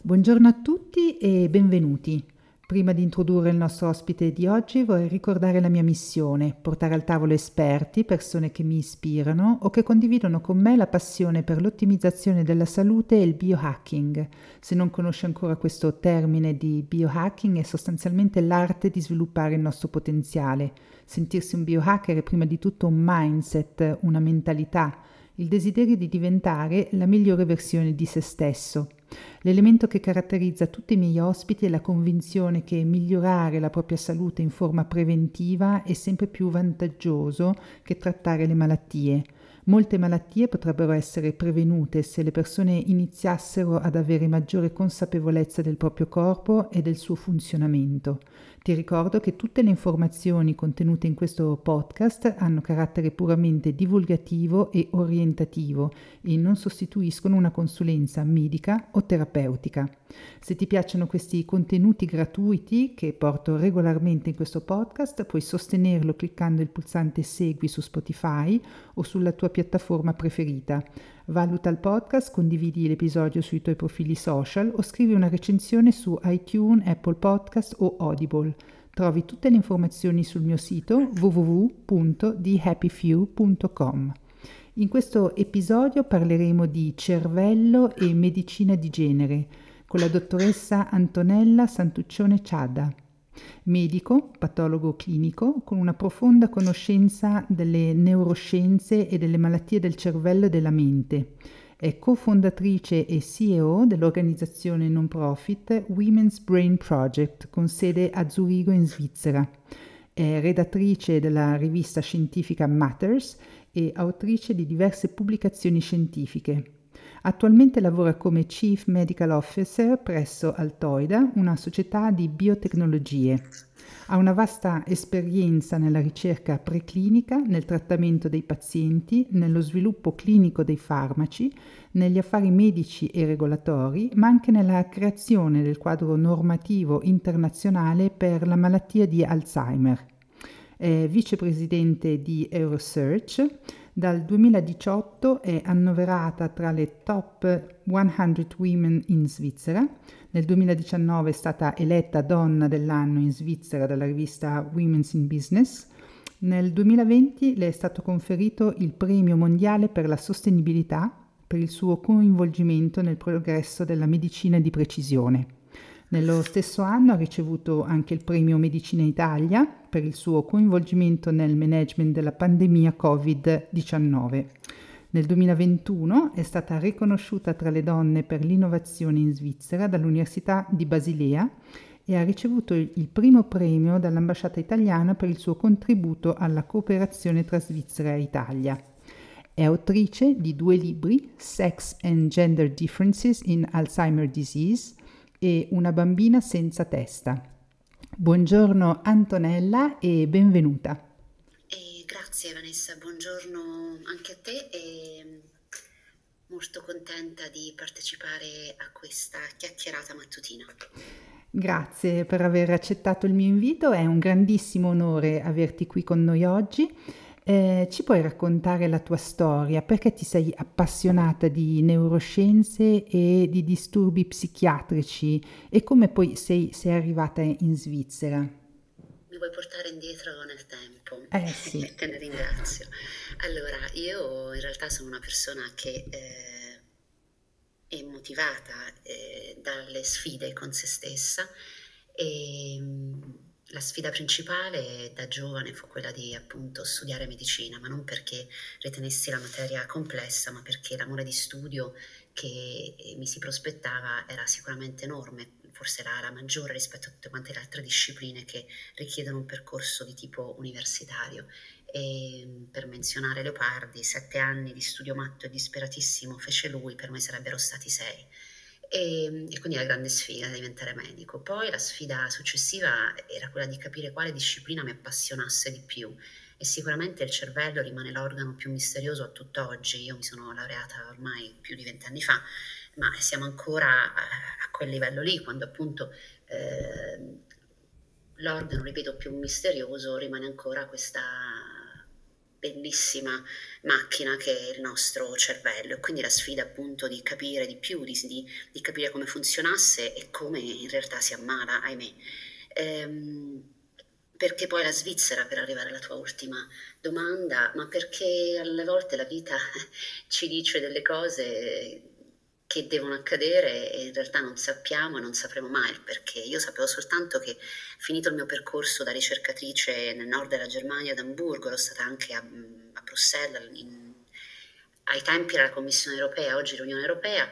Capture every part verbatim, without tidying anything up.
Buongiorno a tutti e benvenuti. Prima di introdurre il nostro ospite di oggi vorrei ricordare la mia missione: portare al tavolo esperti, persone che mi ispirano o che condividono con me la passione per l'ottimizzazione della salute e il biohacking. Se non conosci ancora questo termine di biohacking, è sostanzialmente l'arte di sviluppare il nostro potenziale. Sentirsi un biohacker è prima di tutto un mindset, una mentalità, il desiderio di diventare la migliore versione di se stesso. L'elemento che caratterizza tutti i miei ospiti è la convinzione che migliorare la propria salute in forma preventiva è sempre più vantaggioso che trattare le malattie. Molte malattie potrebbero essere prevenute se le persone iniziassero ad avere maggiore consapevolezza del proprio corpo e del suo funzionamento. Ti ricordo che tutte le informazioni contenute in questo podcast hanno carattere puramente divulgativo e orientativo e non sostituiscono una consulenza medica o terapeutica. Se ti piacciono questi contenuti gratuiti che porto regolarmente in questo podcast, puoi sostenerlo cliccando il pulsante Segui su Spotify o sulla tua piattaforma preferita. Valuta il podcast, condividi l'episodio sui tuoi profili social o scrivi una recensione su iTunes, Apple Podcast o Audible. Trovi tutte le informazioni sul mio sito w w w punto the happy few punto com. In questo episodio parleremo di cervello e medicina di genere con la dottoressa Antonella Santuccione Ciadda, medico, patologo clinico con una profonda conoscenza delle neuroscienze e delle malattie del cervello e della mente. È cofondatrice e C E O dell'organizzazione non profit Women's Brain Project con sede a Zurigo in Svizzera. È redattrice della rivista scientifica Matters e autrice di diverse pubblicazioni scientifiche. Attualmente lavora come Chief Medical Officer presso Altoida, una società di biotecnologie. Ha una vasta esperienza nella ricerca preclinica, nel trattamento dei pazienti, nello sviluppo clinico dei farmaci, negli affari medici e regolatori, ma anche nella creazione del quadro normativo internazionale per la malattia di Alzheimer. È vicepresidente di Eurosearch. Dal duemiladiciotto è annoverata tra le top cento women in Svizzera. Nel duemiladiciannove è stata eletta donna dell'anno in Svizzera dalla rivista Women's in Business. Nel duemilaventi le è stato conferito il premio mondiale per la sostenibilità per il suo coinvolgimento nel progresso della medicina di precisione. Nello stesso anno ha ricevuto anche il premio Medicina Italia per il suo coinvolgimento nel management della pandemia covid diciannove. Nel duemilaventuno è stata riconosciuta tra le donne per l'innovazione in Svizzera dall'Università di Basilea e ha ricevuto il primo premio dall'ambasciata italiana per il suo contributo alla cooperazione tra Svizzera e Italia. È autrice di due libri, Sex and Gender Differences in Alzheimer's Disease e Una bambina senza testa. Buongiorno Antonella e benvenuta. E grazie Vanessa, buongiorno anche a te e molto contenta di partecipare a questa chiacchierata mattutina. Grazie per aver accettato il mio invito, è un grandissimo onore averti qui con noi oggi. Eh, ci puoi raccontare la tua storia? Perché ti sei appassionata di neuroscienze e di disturbi psichiatrici e come poi sei, sei arrivata in Svizzera? Mi vuoi portare indietro nel tempo? Eh sì. Te ne ringrazio. Allora, io in realtà sono una persona che eh, è motivata eh, dalle sfide con se stessa e mh, la sfida principale da giovane fu quella di appunto studiare medicina, ma non perché ritenessi la materia complessa, ma perché l'amore di studio che eh, mi si prospettava era sicuramente enorme, forse era la maggiore rispetto a tutte quante le altre discipline che richiedono un percorso di tipo universitario. E mh, per menzionare Leopardi, sette anni di studio matto e disperatissimo fece lui, per me sarebbero stati sei. E, e quindi la grande sfida è diventare medico. Poi la sfida successiva era quella di capire quale disciplina mi appassionasse di più. E sicuramente il cervello rimane l'organo più misterioso a tutt'oggi. Io mi sono laureata ormai più di vent'anni fa, ma siamo ancora a, a quel livello lì, quando appunto eh, l'organo, ripeto, più misterioso rimane ancora questa bellissima macchina che è il nostro cervello e quindi la sfida appunto di capire di più, di, di- di capire come funzionasse e come in realtà si ammala, ahimè. Ehm, perché poi la Svizzera, per arrivare alla tua ultima domanda, ma perché alle volte la vita ci dice delle cose che devono accadere e in realtà non sappiamo e non sapremo mai il perché. Io sapevo soltanto che finito il mio percorso da ricercatrice nel nord della Germania, ad Amburgo, ero stata anche a, a Bruxelles, in- ai tempi era la Commissione europea, oggi l'Unione Europea,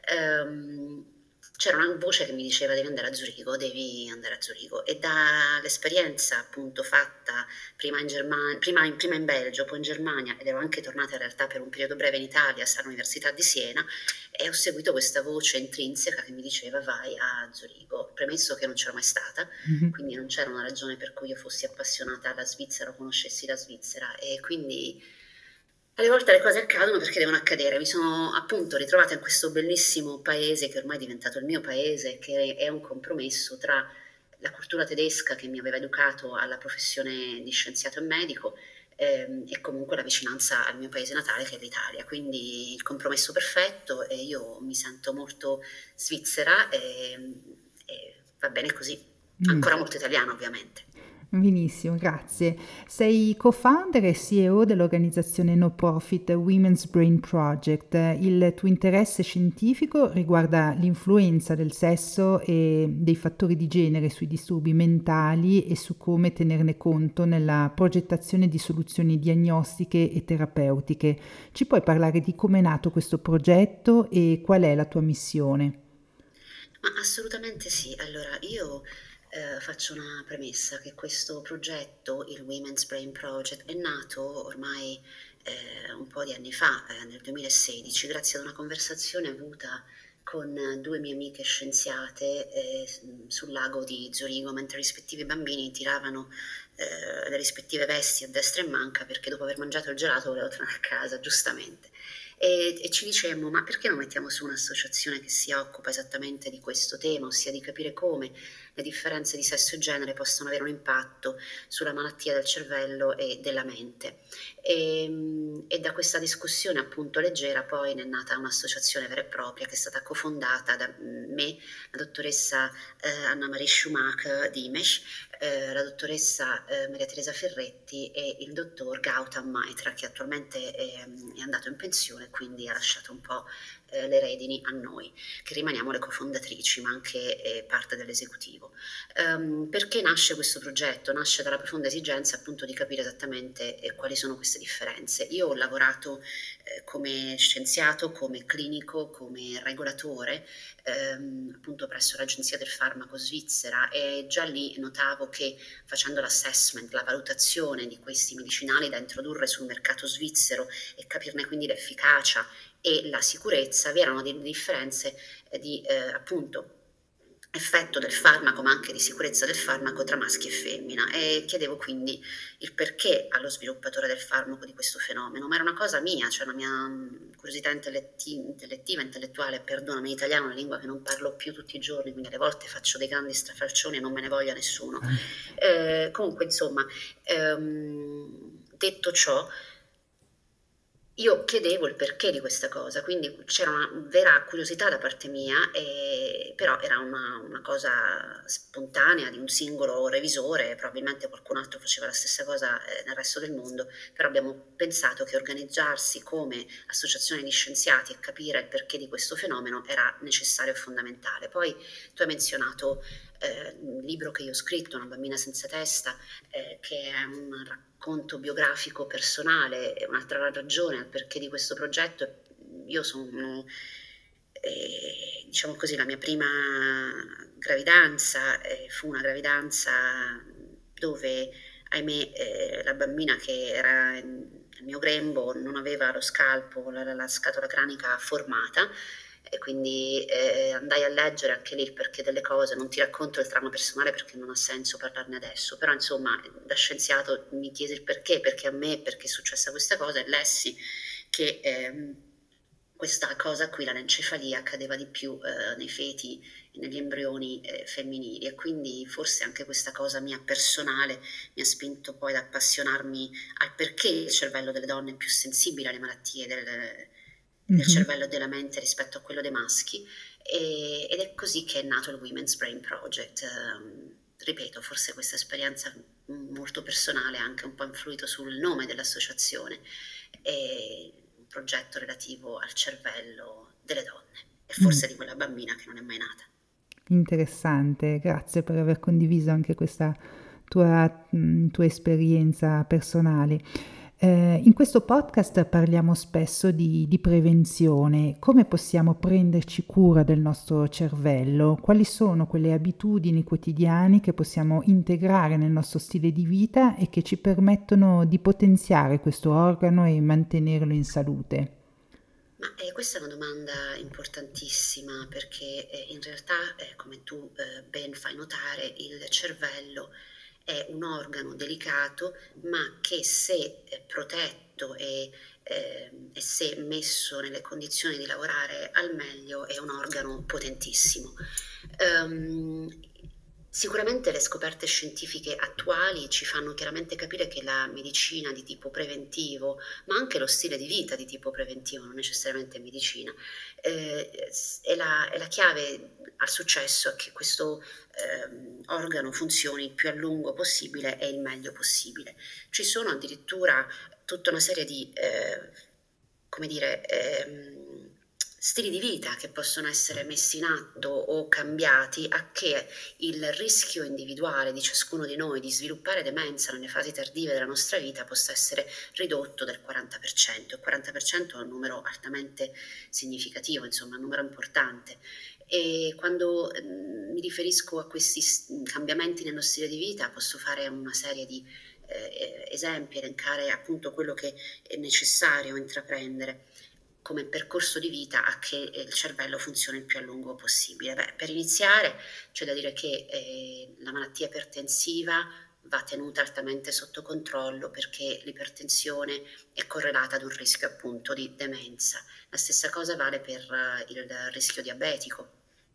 ehm, c'era una voce che mi diceva devi andare a Zurigo, devi andare a Zurigo e dall'esperienza appunto fatta prima in Germania, prima in, prima in Belgio, poi in Germania ed ero anche tornata in realtà per un periodo breve in Italia all'Università di Siena e ho seguito questa voce intrinseca che mi diceva vai a Zurigo, premesso che non c'ero mai stata, Mhm. quindi non c'era una ragione per cui io fossi appassionata alla Svizzera o conoscessi la Svizzera e quindi alle volte le cose accadono perché devono accadere. Mi sono appunto ritrovata in questo bellissimo paese che ormai è diventato il mio paese, che è un compromesso tra la cultura tedesca che mi aveva educato alla professione di scienziato e medico ehm, e comunque la vicinanza al mio paese natale che è l'Italia. Quindi il compromesso perfetto e io mi sento molto svizzera e, e va bene così. Mm. Ancora molto italiana ovviamente. Benissimo, grazie. Sei co-founder e C E O dell'organizzazione no profit Women's Brain Project. Il tuo interesse scientifico riguarda l'influenza del sesso e dei fattori di genere sui disturbi mentali e su come tenerne conto nella progettazione di soluzioni diagnostiche e terapeutiche. Ci puoi parlare di come è nato questo progetto e qual è la tua missione? Ma assolutamente sì. Allora, io eh, faccio una premessa che questo progetto, il Women's Brain Project, è nato ormai eh, un po' di anni fa, eh, nel duemilasedici, grazie ad una conversazione avuta con eh, due mie amiche scienziate eh, s- sul lago di Zurigo, mentre i rispettivi bambini tiravano eh, le rispettive vesti a destra e manca perché dopo aver mangiato il gelato volevano tornare a casa, giustamente. E, e ci dicemmo, ma perché non mettiamo su un'associazione che si occupa esattamente di questo tema, ossia di capire come le differenze di sesso e genere possono avere un impatto sulla malattia del cervello e della mente. E, e da questa discussione appunto leggera poi ne è nata un'associazione vera e propria che è stata cofondata da me, la dottoressa eh, Anna Marie Schumacher di Imesh, eh, la dottoressa eh, Maria Teresa Ferretti e il dottor Gautam Maitra che attualmente è, è andato in pensione e quindi ha lasciato un po' eh, le redini a noi, che rimaniamo le cofondatrici ma anche eh, parte dell'esecutivo. Um, perché nasce questo progetto? Nasce dalla profonda esigenza appunto di capire esattamente eh, quali sono queste differenze. Io ho lavorato eh, come scienziato, come clinico, come regolatore ehm, appunto presso l'Agenzia del Farmaco svizzera e già lì notavo che facendo l'assessment, la valutazione di questi medicinali da introdurre sul mercato svizzero e capirne quindi l'efficacia e la sicurezza, vi erano delle differenze eh, di eh, appunto effetto del farmaco, ma anche di sicurezza del farmaco tra maschi e femmina e chiedevo quindi il perché allo sviluppatore del farmaco di questo fenomeno, ma era una cosa mia, cioè una mia mm, curiosità intelletti- intellettiva, intellettuale, perdonami, in italiano è una lingua che non parlo più tutti i giorni, quindi alle volte faccio dei grandi strafalcioni e non me ne voglia nessuno. Eh, comunque, insomma, ehm, detto ciò, io chiedevo il perché di questa cosa, quindi c'era una vera curiosità da parte mia, e- però era una, una cosa spontanea di un singolo revisore, probabilmente qualcun altro faceva la stessa cosa eh, nel resto del mondo, però abbiamo pensato che organizzarsi come associazione di scienziati e capire il perché di questo fenomeno era necessario e fondamentale. Poi tu hai menzionato eh, un libro che io ho scritto, Una bambina senza testa, eh, che è un racconto biografico personale, è un'altra ragione al perché di questo progetto. Io sono, eh, diciamo così, la mia prima gravidanza eh, fu una gravidanza dove, ahimè, eh, la bambina che era nel mio grembo non aveva lo scalpo, la, la, la scatola cranica formata e quindi eh, andai a leggere anche lì il perché delle cose, non ti racconto il dramma personale perché non ha senso parlarne adesso, però insomma da scienziato mi chiesi il perché, perché a me, perché è successa questa cosa e lessi che ehm, questa cosa qui, l'anencefalia, accadeva di più eh, nei feti e negli embrioni eh, femminili, e quindi forse anche questa cosa mia personale mi ha spinto poi ad appassionarmi al perché il cervello delle donne è più sensibile alle malattie del, del Mhm. cervello e della mente rispetto a quello dei maschi, e- ed è così che è nato il Women's Brain Project. Ehm, ripeto, forse questa esperienza molto personale ha anche un po' influito sul nome dell'associazione, e un progetto relativo al cervello delle donne e Mm. forse di quella bambina che non è mai nata. Interessante, grazie per aver condiviso anche questa tua, mh, tua esperienza personale. Eh, in questo podcast parliamo spesso di, di prevenzione, come possiamo prenderci cura del nostro cervello, quali sono quelle abitudini quotidiane che possiamo integrare nel nostro stile di vita e che ci permettono di potenziare questo organo e mantenerlo in salute. Ma eh, questa è una domanda importantissima perché eh, in realtà, eh, come tu eh, ben fai notare, il cervello è un organo delicato, ma che se eh, protetto e, eh, e se messo nelle condizioni di lavorare al meglio è un organo potentissimo. Ehm, Sicuramente le scoperte scientifiche attuali ci fanno chiaramente capire che la medicina di tipo preventivo, ma anche lo stile di vita di tipo preventivo, non necessariamente medicina, eh, è, la, è la chiave al successo, a che questo ehm, organo funzioni il più a lungo possibile e il meglio possibile. Ci sono addirittura tutta una serie di, eh, come dire, ehm, stili di vita che possono essere messi in atto o cambiati a che il rischio individuale di ciascuno di noi di sviluppare demenza nelle fasi tardive della nostra vita possa essere ridotto del quaranta per cento. Il quaranta per cento è un numero altamente significativo, insomma, un numero importante. E quando mm, mi riferisco a questi s- cambiamenti nello stile di vita, posso fare una serie di eh, esempi, elencare appunto quello che è necessario intraprendere come percorso di vita a che il cervello funzioni il più a lungo possibile. Beh, per iniziare c'è da dire che eh, la malattia ipertensiva va tenuta altamente sotto controllo perché l'ipertensione è correlata ad un rischio appunto di demenza. La stessa cosa vale per uh, il rischio diabetico.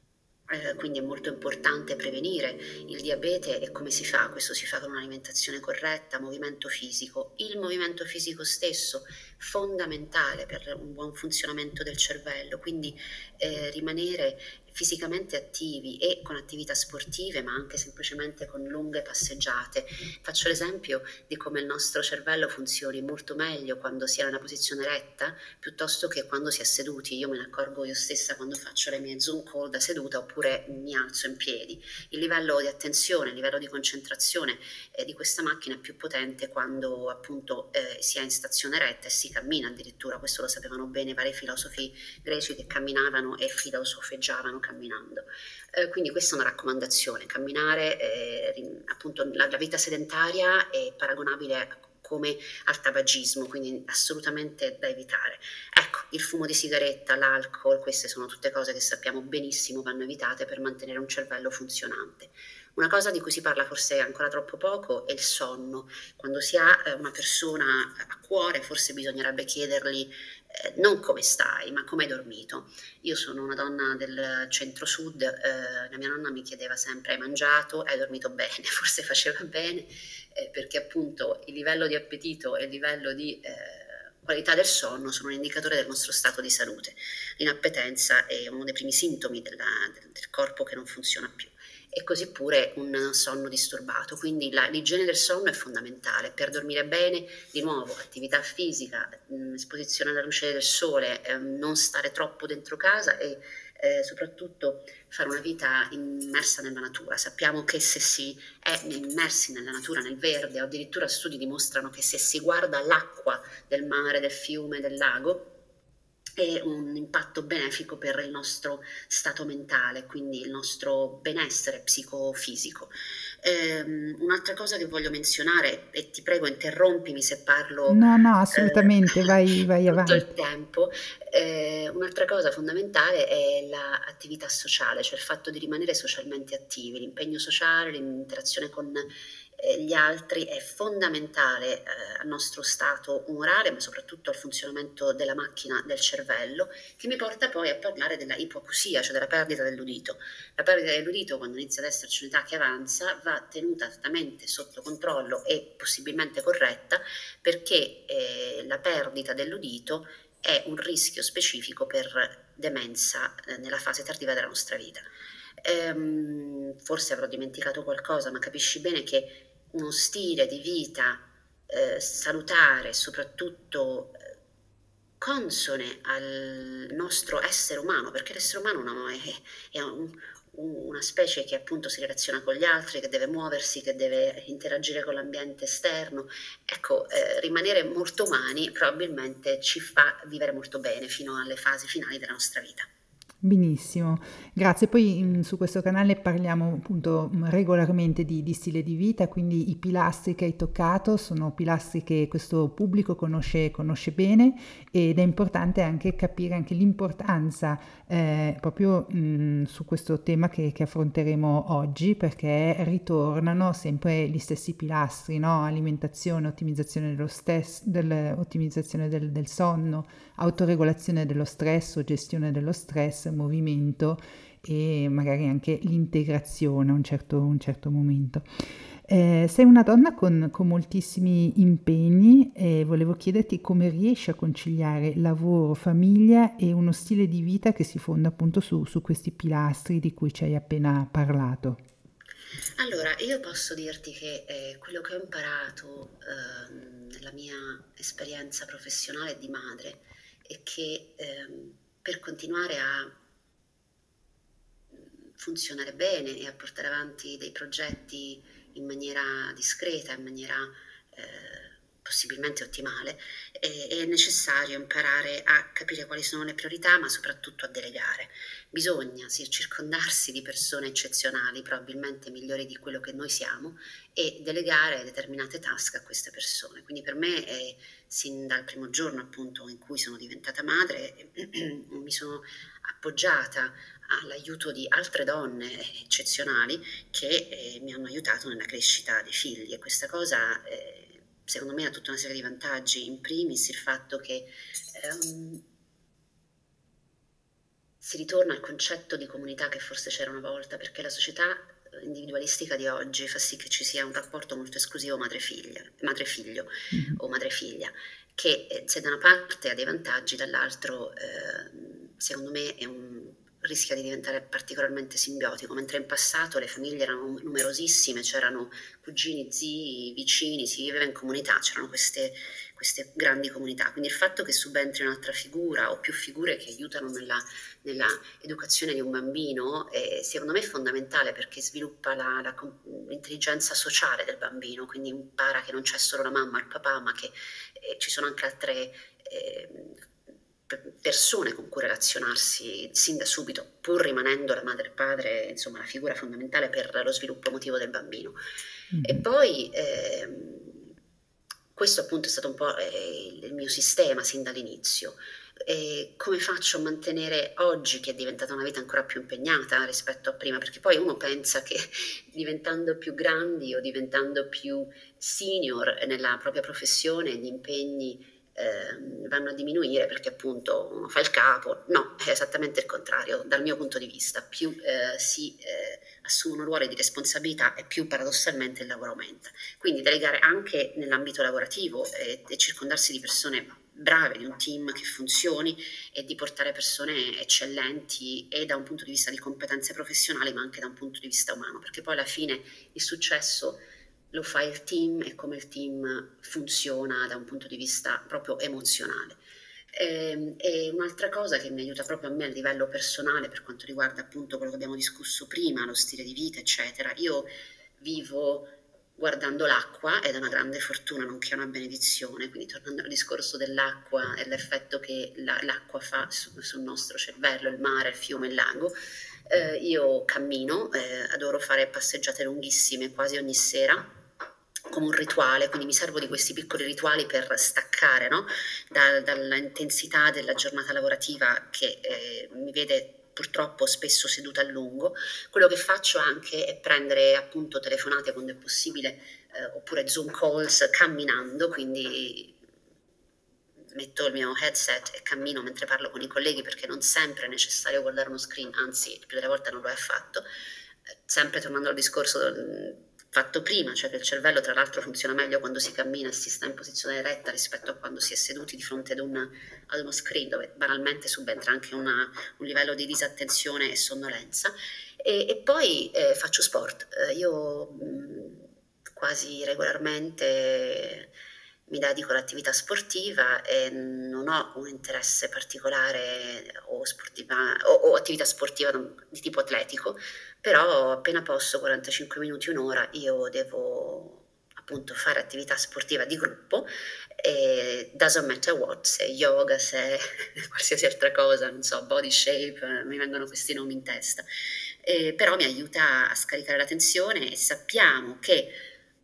Eh, quindi è molto importante prevenire il diabete. E come si fa? Questo si fa con un'alimentazione corretta, movimento fisico. Il movimento fisico stesso fondamentale per un buon funzionamento del cervello, quindi eh, rimanere fisicamente attivi e con attività sportive, ma anche semplicemente con lunghe passeggiate. Faccio l'esempio di come il nostro cervello funzioni molto meglio quando si è nella posizione retta piuttosto che quando si è seduti. Io me ne accorgo io stessa quando faccio le mie Zoom call da seduta oppure mi alzo in piedi. Il livello di attenzione, il livello di concentrazione eh, di questa macchina è più potente quando appunto eh, si è in stazione retta e si cammina addirittura. Questo lo sapevano bene vari filosofi greci che camminavano e filosofeggiavano camminando. Eh, quindi questa è una raccomandazione: camminare, eh, appunto la, la vita sedentaria è paragonabile a come al tabagismo, quindi assolutamente da evitare. Ecco, il fumo di sigaretta, l'alcol, queste sono tutte cose che sappiamo benissimo vanno evitate per mantenere un cervello funzionante. Una cosa di cui si parla forse ancora troppo poco è il sonno. Quando si ha eh, una persona a cuore, forse bisognerebbe chiedergli eh, non come stai, ma come hai dormito. Io sono una donna del centro-sud, eh, la mia nonna mi chiedeva sempre: hai mangiato, hai dormito bene? Forse faceva bene, eh, perché appunto il livello di appetito e il livello di eh, qualità del sonno sono un indicatore del nostro stato di salute. L'inappetenza è uno dei primi sintomi della, del, del corpo che non funziona più, e così pure un sonno disturbato. Quindi la, l'igiene del sonno è fondamentale per dormire bene. Di nuovo, attività fisica, mh, esposizione alla luce del sole, eh, non stare troppo dentro casa e eh, soprattutto fare una vita immersa nella natura. Sappiamo che se si è immersi nella natura, nel verde, o addirittura studi dimostrano che se si guarda l'acqua del mare, del fiume, del lago, è un impatto benefico per il nostro stato mentale, quindi il nostro benessere psicofisico. Ehm, un'altra cosa che voglio menzionare, e ti prego interrompimi se parlo No, no, eh, assolutamente, vai, vai tutto il avanti. tempo, eh, un'altra cosa fondamentale è l'attività sociale, cioè il fatto di rimanere socialmente attivi, l'impegno sociale, l'interazione con eh, gli altri è fondamentale eh, al nostro stato umorale, ma soprattutto al funzionamento della macchina del cervello, che mi porta poi a parlare della ipoacusia, cioè della perdita dell'udito. La perdita dell'udito, quando inizia ad esserci un'età che avanza, va tenuta altamente sotto controllo e possibilmente corretta, perché eh, la perdita dell'udito è un rischio specifico per demenza eh, nella fase tardiva della nostra vita. Ehm, forse avrò dimenticato qualcosa, ma capisci bene che uno stile di vita eh, salutare, e soprattutto eh, consone al nostro essere umano, perché l'essere umano no, è, è un- un- una specie che appunto si relaziona con gli altri, che deve muoversi, che deve interagire con l'ambiente esterno. Ecco, eh, rimanere molto umani probabilmente ci fa vivere molto bene fino alle fasi finali della nostra vita. Benissimo, grazie. Poi mm, su questo canale parliamo appunto mm, regolarmente di, di stile di vita, quindi i pilastri che hai toccato sono pilastri che questo pubblico conosce, conosce bene, ed è importante anche capire anche l'importanza eh, proprio mm, su questo tema che, che affronteremo oggi, perché ritornano sempre gli stessi pilastri, no? Alimentazione, ottimizzazione dello stress, del, ottimizzazione del, del sonno, autoregolazione dello stress o gestione dello stress, movimento e magari anche l'integrazione a un certo, un certo momento. Eh, sei una donna con, con moltissimi impegni e volevo chiederti come riesci a conciliare lavoro, famiglia e uno stile di vita che si fonda appunto su, su questi pilastri di cui ci hai appena parlato. Allora, io posso dirti che eh, quello che ho imparato ehm, nella mia esperienza professionale di madre è che ehm, per continuare a funzionare bene e a portare avanti dei progetti in maniera discreta, in maniera eh, possibilmente ottimale, è, è necessario imparare a capire quali sono le priorità, ma soprattutto a delegare. Bisogna sì, circondarsi di persone eccezionali, probabilmente migliori di quello che noi siamo, e delegare determinate task a queste persone. Quindi per me, è, sin dal primo giorno appunto in cui sono diventata madre, mi sono appoggiata all'aiuto di altre donne eccezionali che eh, mi hanno aiutato nella crescita dei figli, e questa cosa eh, secondo me ha tutta una serie di vantaggi, in primis il fatto che ehm, si ritorna al concetto di comunità che forse c'era una volta, perché la società individualistica di oggi fa sì che ci sia un rapporto molto esclusivo madre-figlia, madre-figlio Mhm. o madre-figlia, che eh, se da una parte ha dei vantaggi, dall'altro eh, secondo me è un, rischia di diventare particolarmente simbiotico, mentre in passato le famiglie erano numerosissime, c'erano cugini, zii, vicini, si viveva in comunità, c'erano queste, queste grandi comunità, quindi il fatto che subentri un'altra figura o più figure che aiutano nella nella educazione di un bambino, eh, secondo me è fondamentale, perché sviluppa la, la, l'intelligenza sociale del bambino, quindi impara che non c'è solo la mamma e il papà, ma che eh, ci sono anche altre eh, persone con cui relazionarsi sin da subito, pur rimanendo la madre e il padre, insomma, la figura fondamentale per lo sviluppo emotivo del bambino. E Mhm. poi ehm, questo appunto è stato un po' eh, il mio sistema sin dall'inizio. E come faccio a mantenere oggi, che è diventata una vita ancora più impegnata rispetto a prima? Perché poi uno pensa che diventando più grandi o diventando più senior nella propria professione, gli impegni eh, vanno a diminuire perché appunto uno fa il capo. No, è esattamente il contrario. Dal mio punto di vista, più eh, si eh, assumono ruoli di responsabilità e più paradossalmente il lavoro aumenta. Quindi delegare anche nell'ambito lavorativo e, e circondarsi di persone brave, di un team che funzioni, e di portare persone eccellenti e da un punto di vista di competenze professionali, ma anche da un punto di vista umano, perché poi alla fine il successo lo fa il team e come il team funziona da un punto di vista proprio emozionale. E, e un'altra cosa che mi aiuta proprio a me a livello personale, per quanto riguarda appunto quello che abbiamo discusso prima, lo stile di vita, eccetera, io vivo guardando l'acqua ed è una grande fortuna, nonché una benedizione. Quindi tornando al discorso dell'acqua e l'effetto che la, l'acqua fa su, sul nostro cervello, il mare, il fiume, il lago, eh, io cammino, eh, adoro fare passeggiate lunghissime quasi ogni sera come un rituale, quindi mi servo di questi piccoli rituali per staccare, no? Da, dall'intensità della giornata lavorativa che eh, mi vede purtroppo spesso seduta a lungo. Quello che faccio anche è prendere appunto telefonate quando è possibile, eh, oppure Zoom calls camminando, quindi metto il mio headset e cammino mentre parlo con i colleghi, perché non sempre è necessario guardare uno screen, anzi il più delle volte non lo è affatto. Eh, sempre tornando al discorso del- fatto prima, cioè che il cervello tra l'altro funziona meglio quando si cammina e si sta in posizione retta rispetto a quando si è seduti di fronte ad, un, ad uno screen, dove banalmente subentra anche una- un livello di disattenzione e sonnolenza. E, e poi eh, faccio sport. Eh, io mh, quasi regolarmente mi dedico all'attività sportiva e non ho un interesse particolare o, sportiva, o, o attività sportiva di tipo atletico, però appena posso, quarantacinque minuti, un'ora, io devo appunto fare attività sportiva di gruppo, e doesn't matter what, se yoga, se qualsiasi altra cosa, non so, body shape, mi vengono questi nomi in testa. Eh, però mi aiuta a scaricare la tensione, e sappiamo che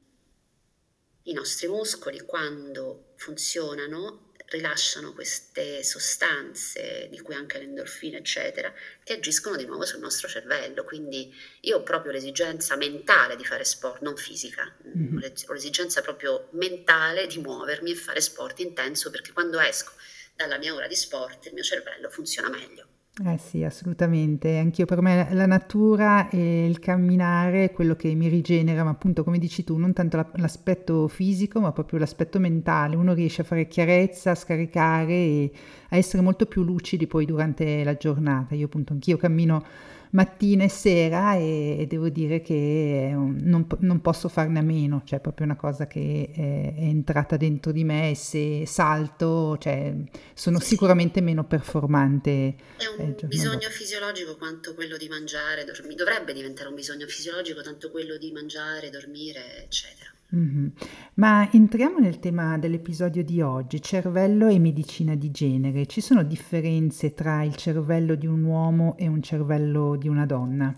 i nostri muscoli, quando funzionano, rilasciano queste sostanze, di cui anche l'endorfina, eccetera, che agiscono di nuovo sul nostro cervello. Quindi io ho proprio l'esigenza mentale di fare sport, non fisica, Mhm. ho l'esigenza proprio mentale di muovermi e fare sport intenso, perché quando esco dalla mia ora di sport il mio cervello funziona meglio. Eh sì, assolutamente. Anch'io, per me la natura e il camminare è quello che mi rigenera, ma appunto come dici tu, non tanto la- l'aspetto fisico, ma proprio l'aspetto mentale. Uno riesce a fare chiarezza, a scaricare e a essere molto più lucidi poi durante la giornata. Io appunto anch'io cammino mattina e sera e, e devo dire che è un- non, po- non posso farne a meno, cioè è proprio una cosa che è, è entrata dentro di me, e se salto, cioè, sono Sì, sì. sicuramente meno performante È eh, il un giorno bisogno dopo. fisiologico quanto quello di mangiare, dormire. Dovrebbe diventare un bisogno fisiologico tanto quello di mangiare, dormire, eccetera. Mhm. Ma entriamo nel tema dell'episodio di oggi, cervello e medicina di genere. Ci sono differenze tra il cervello di un uomo e un cervello di una donna?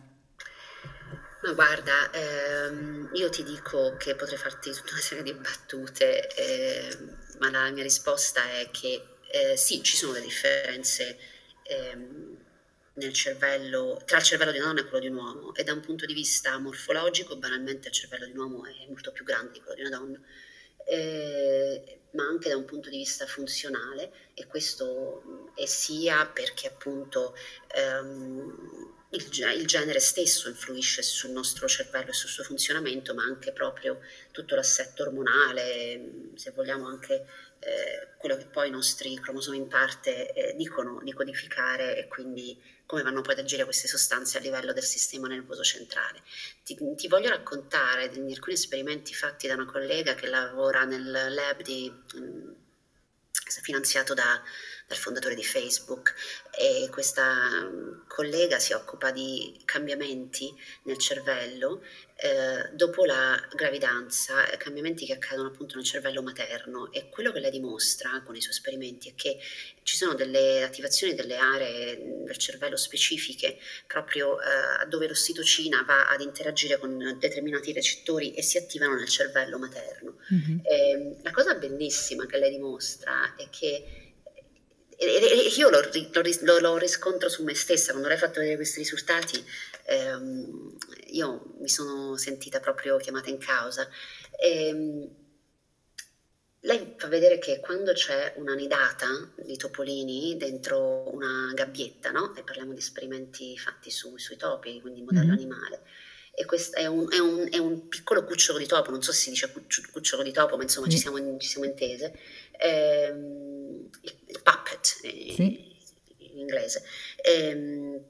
Ma guarda, ehm, io ti dico che potrei farti tutta una serie di battute, ehm, ma la mia risposta è che eh, sì, ci sono delle differenze ehm, nel cervello, tra il cervello di una donna e quello di un uomo, e da un punto di vista morfologico, banalmente il cervello di un uomo è molto più grande di quello di una donna, eh, ma anche da un punto di vista funzionale, e questo mh, è sia perché appunto ehm, il, ge- il genere stesso influisce sul nostro cervello e sul suo funzionamento, ma anche proprio tutto l'assetto ormonale, mh, se vogliamo anche eh, quello che poi i nostri cromosomi in parte eh, dicono di codificare, e quindi come vanno poi ad agire queste sostanze a livello del sistema nervoso centrale. Ti, ti voglio raccontare di alcuni esperimenti fatti da una collega che lavora nel lab di, mh, finanziato da, dal fondatore di Facebook, e questa mh, collega si occupa di cambiamenti nel cervello eh, dopo la gravidanza, eh, cambiamenti che accadono appunto nel cervello materno, e quello che lei dimostra con i suoi esperimenti è che ci sono delle attivazioni delle aree del cervello specifiche proprio eh, dove l'ossitocina va ad interagire con determinati recettori e si attivano nel cervello materno. Mhm. Eh, la cosa bellissima che lei dimostra è che e, e io lo, lo, lo, lo, riscontro su me stessa, quando lei ha fatto vedere questi risultati, ehm, io mi sono sentita proprio chiamata in causa. E, lei fa vedere che quando c'è una nidata di topolini dentro una gabbietta, no? E parliamo di esperimenti fatti su, sui topi, quindi modello Mhm. animale, e questo è un, è, un, è un piccolo cucciolo di topo, non so se si dice cucci- cucciolo di topo, ma insomma ci Sì, siamo, ci siamo intese, ehm, il, il puppet sì. eh, in inglese. Ehm,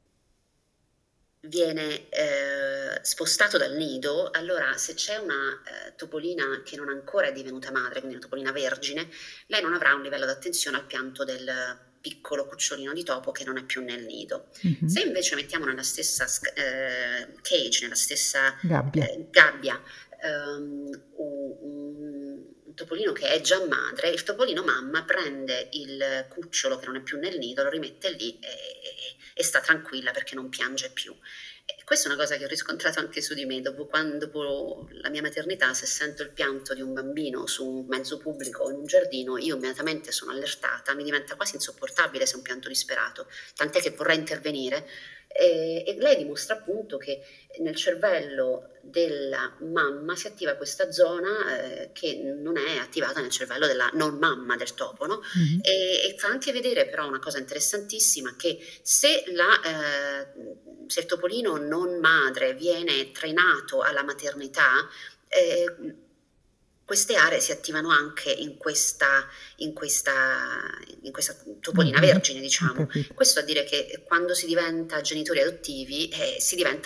viene eh, spostato dal nido, allora se c'è una eh, topolina che non ancora è divenuta madre, quindi una topolina vergine, lei non avrà un livello di attenzione al pianto del piccolo cucciolino di topo che non è più nel nido. Mhm. Se invece mettiamo nella stessa eh, cage, nella stessa Gabbia. eh, gabbia, ehm, un, un, un topolino che è già madre, il topolino mamma prende il cucciolo che non è più nel nido, lo rimette lì e, e sta tranquilla perché non piange più. questa è una cosa che ho riscontrato anche su di me, dopo, quando, dopo la mia maternità, se sento il pianto di un bambino su un mezzo pubblico o in un giardino, io immediatamente sono allertata, mi diventa quasi insopportabile se è un pianto disperato, tant'è che vorrei intervenire. E, e lei dimostra appunto che nel cervello della mamma si attiva questa zona eh, che non è attivata nel cervello della non mamma del topo, no? Mhm. E, e fa anche vedere però una cosa interessantissima, che se, la, eh, se il topolino non madre viene trainato alla maternità, eh, queste aree si attivano anche in questa, in questa, in questa topolina Mhm. vergine, Ho diciamo. capito. Questo a dire che quando si diventa genitori adottivi eh, si diventa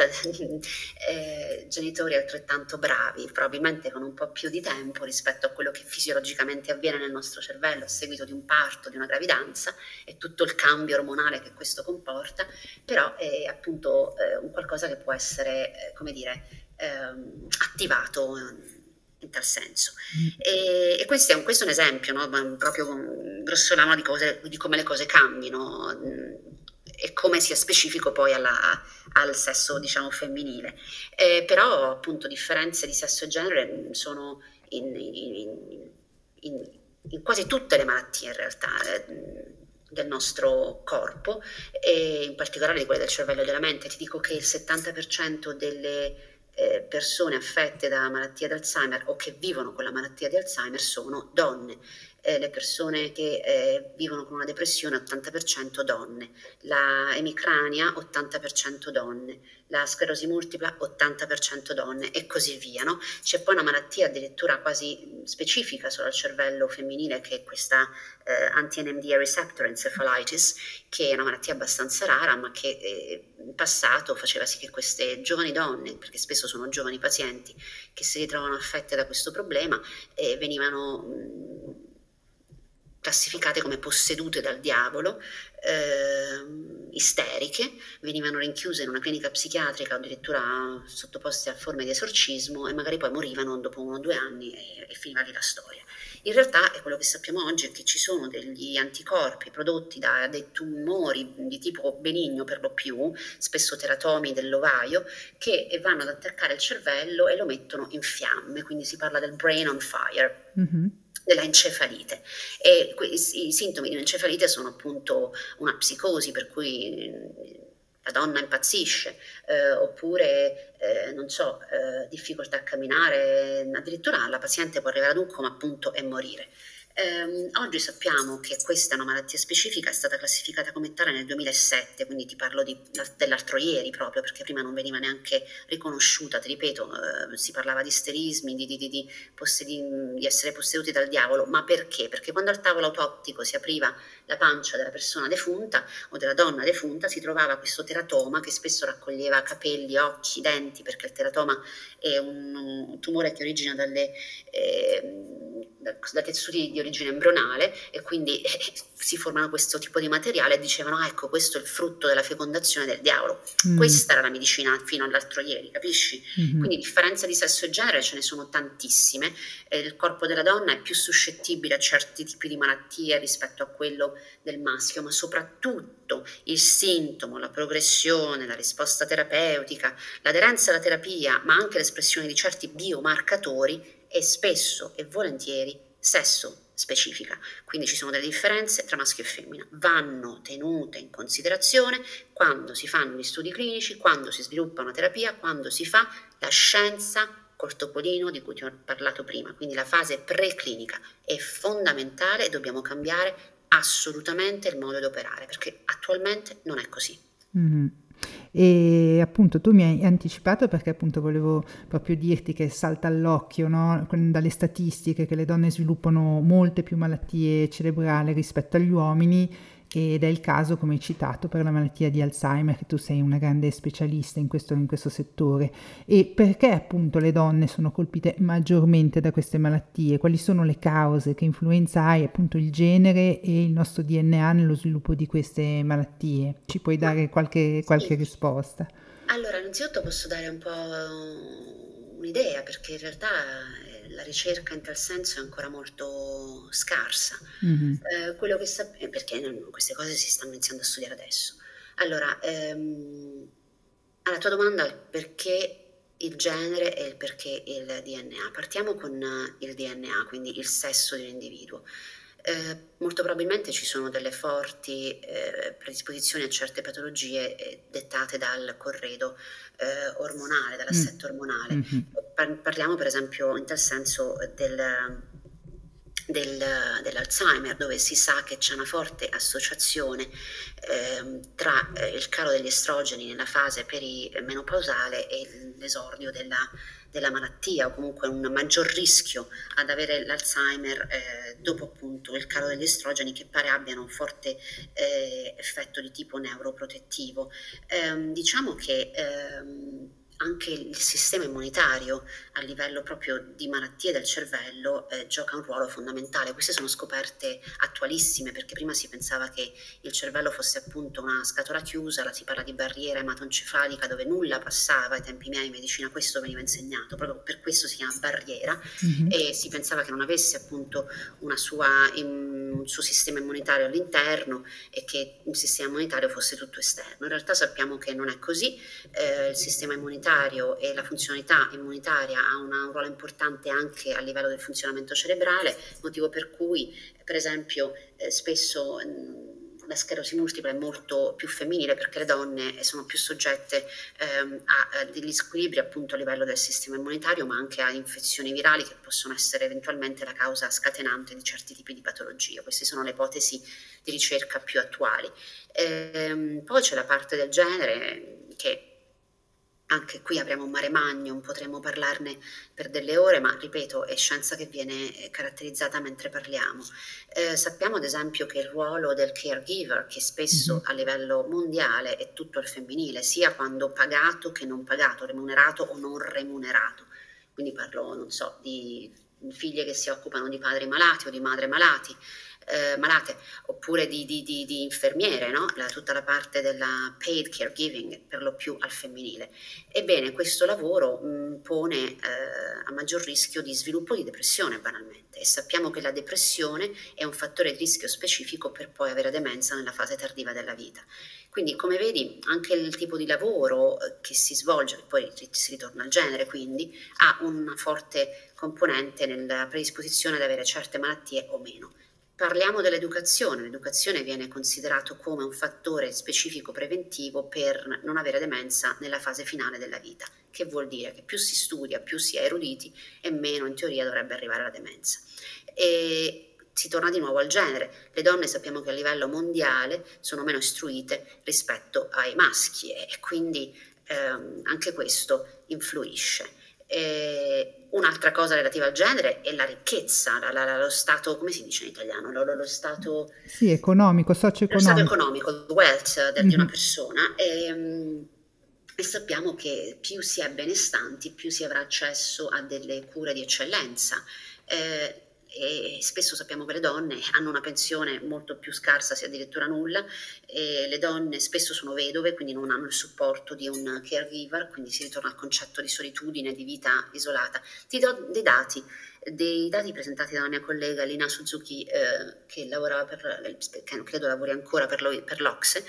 eh, genitori altrettanto bravi, probabilmente con un po' più di tempo rispetto a quello che fisiologicamente avviene nel nostro cervello a seguito di un parto, di una gravidanza e tutto il cambio ormonale che questo comporta, però è appunto eh, un qualcosa che può essere, eh, come dire, ehm, attivato eh, in tal senso. Mm. E, e questo, è un, questo è un esempio, no? Ma proprio mm, grossolano di, cose, di come le cose cambino mm, e come sia specifico poi alla, al sesso, diciamo, femminile. Eh, però appunto differenze di sesso e genere mm, sono in, in, in, in quasi tutte le malattie in realtà eh, del nostro corpo e in particolare di quelle del cervello e della mente. Ti dico che il settanta per cento delle eh, persone affette da malattia di Alzheimer o che vivono con la malattia di Alzheimer sono donne. Eh, le persone che eh, vivono con una depressione, ottanta per cento donne, la emicrania, ottanta per cento donne, la sclerosi multipla, ottanta per cento donne e così via. No? C'è poi una malattia addirittura quasi specifica solo al cervello femminile, che è questa eh, anti-N M D A receptor encephalitis, che è una malattia abbastanza rara, ma che eh, in passato faceva sì che queste giovani donne, perché spesso sono giovani pazienti che si ritrovano affette da questo problema, eh, venivano mh, classificate come possedute dal diavolo, eh, isteriche, venivano rinchiuse in una clinica psichiatrica o addirittura sottoposte a forme di esorcismo e magari poi morivano dopo uno o due anni e, e finiva lì la storia. In realtà è quello che sappiamo oggi, è che ci sono degli anticorpi prodotti da dei tumori di tipo benigno per lo più, spesso teratomi dell'ovaio, che vanno ad attaccare il cervello e lo mettono in fiamme, quindi si parla del brain on fire, Mhm. della encefalite. E i, i sintomi di un'encefalite sono appunto una psicosi per cui la donna impazzisce, eh, oppure, eh, non so, eh, difficoltà a camminare, addirittura la paziente può arrivare ad un coma appunto e morire. Eh, oggi sappiamo che questa è una malattia specifica, è stata classificata come tale nel duemilasette, quindi ti parlo di, dell'altro ieri proprio, perché prima non veniva neanche riconosciuta, ti ripeto, eh, si parlava di isterismi, di, di, di, di, possedi, di essere posseduti dal diavolo, ma perché? Perché quando al tavolo autoptico si apriva la pancia della persona defunta o della donna defunta si trovava questo teratoma che spesso raccoglieva capelli, occhi, denti, perché il teratoma è un, un tumore che origina dalle... Eh, da tessuti di origine embrionale e quindi eh, si formano questo tipo di materiale e dicevano ah, ecco, questo è il frutto della fecondazione del diavolo. Mm. Questa era la medicina fino all'altro ieri, capisci? Mhm. Quindi differenze di sesso e genere ce ne sono tantissime, eh, il corpo della donna è più suscettibile a certi tipi di malattie rispetto a quello del maschio, ma soprattutto il sintomo, la progressione, la risposta terapeutica, l'aderenza alla terapia, ma anche l'espressione di certi biomarcatori e spesso e volentieri sesso specifica, quindi ci sono delle differenze tra maschio e femmina, vanno tenute in considerazione quando si fanno gli studi clinici, quando si sviluppa una terapia, quando si fa la scienza col topolino di cui ti ho parlato prima, quindi la fase preclinica è fondamentale e dobbiamo cambiare assolutamente il modo di operare perché attualmente non è così. Mhm. E appunto tu mi hai anticipato perché appunto volevo proprio dirti che salta all'occhio, no? Con- dalle statistiche che le donne sviluppano molte più malattie cerebrali rispetto agli uomini ed è il caso, come hai citato, per la malattia di Alzheimer, che tu sei una grande specialista in questo, in questo settore. E perché appunto le donne sono colpite maggiormente da queste malattie? Quali sono le cause? Che influenza ha appunto il genere e il nostro D N A nello sviluppo di queste malattie? Ci puoi Ma dare qualche, qualche sì, risposta? allora, innanzitutto posso dare un po' un'idea, perché in realtà eh, la ricerca in tal senso è ancora molto scarsa. Mhm. Eh, quello che sap- eh, perché non- queste cose si stanno iniziando a studiare adesso. Allora, ehm, Alla tua domanda, il perché il genere e il perché il D N A. Partiamo con eh, il D N A, quindi il sesso di un individuo. Eh, molto probabilmente ci sono delle forti eh, predisposizioni a certe patologie eh, dettate dal corredo eh, ormonale, Mm, dall'assetto ormonale. mhm. Par- parliamo per esempio in tal senso del, del- dell'Alzheimer, dove si sa che c'è una forte associazione ehm, tra eh, il calo degli estrogeni nella fase perimenopausale e l'esordio della, della malattia, o comunque un maggior rischio ad avere l'Alzheimer eh, dopo appunto il calo degli estrogeni, che pare abbiano un forte eh, effetto di tipo neuroprotettivo. Ehm, diciamo che ehm, anche il sistema immunitario a livello proprio di malattie del cervello eh, gioca un ruolo fondamentale. Queste sono scoperte attualissime, perché prima si pensava che il cervello fosse appunto una scatola chiusa, la si parla di barriera ematoencefalica dove nulla passava. Ai tempi miei in medicina questo veniva insegnato, proprio per questo si chiama barriera, Mhm. e si pensava che non avesse appunto una sua, un suo sistema immunitario all'interno e che il sistema immunitario fosse tutto esterno. In realtà sappiamo che non è così. Eh, il sistema immunitario e la funzionalità immunitaria ha una, un ruolo importante anche a livello del funzionamento cerebrale, motivo per cui per esempio eh, spesso mh, la sclerosi multipla è molto più femminile, perché le donne sono più soggette ehm, a, a degli squilibri appunto a livello del sistema immunitario, ma anche a infezioni virali che possono essere eventualmente la causa scatenante di certi tipi di patologie. Queste sono le ipotesi di ricerca più attuali. Ehm, poi c'è la parte del genere che anche qui apriamo un mare magnum, potremmo parlarne per delle ore, ma ripeto, è scienza che viene eh, caratterizzata mentre parliamo. Eh, sappiamo ad esempio che il ruolo del caregiver, che Mhm. spesso a livello mondiale è tutto al femminile, sia quando pagato che non pagato, remunerato o non remunerato. Quindi parlo, non so, di figlie che si occupano di padri malati o di madri malati, eh, malate, oppure di, di, di, di infermiere, no? La, tutta la parte della paid caregiving, per lo più al femminile. Ebbene, questo lavoro mh, pone eh, a maggior rischio di sviluppo di depressione, banalmente, e sappiamo che la depressione è un fattore di rischio specifico per poi avere demenza nella fase tardiva della vita. Quindi, come vedi, anche il tipo di lavoro eh, che si svolge, poi si ritorna al genere, quindi ha una forte componente nella predisposizione ad avere certe malattie o meno. Parliamo dell'educazione. L'educazione viene considerato come un fattore specifico preventivo per non avere demenza nella fase finale della vita, che vuol dire che più si studia, più si è eruditi e meno in teoria dovrebbe arrivare la demenza. E si torna di nuovo al genere. Le donne sappiamo che a livello mondiale sono meno istruite rispetto ai maschi, e quindi ehm, anche questo influisce. E un'altra cosa relativa al genere è la ricchezza, la- la- lo stato, come si dice in italiano? Lo, lo- lo stato, Sì, economico, lo stato socio-economico. economico, il wealth de- di una Mhm. persona. E, mm, e sappiamo che più si è benestanti, più si avrà accesso a delle cure di eccellenza. Eh, e spesso sappiamo che le donne hanno una pensione molto più scarsa, se addirittura nulla, e le donne spesso sono vedove, quindi non hanno il supporto di un caregiver, quindi si ritorna al concetto di solitudine, di vita isolata. Ti do dei dati, dei dati presentati dalla mia collega Lina Suzuki, eh, che lavorava per, che credo lavori ancora per, lo, per l'O C S E.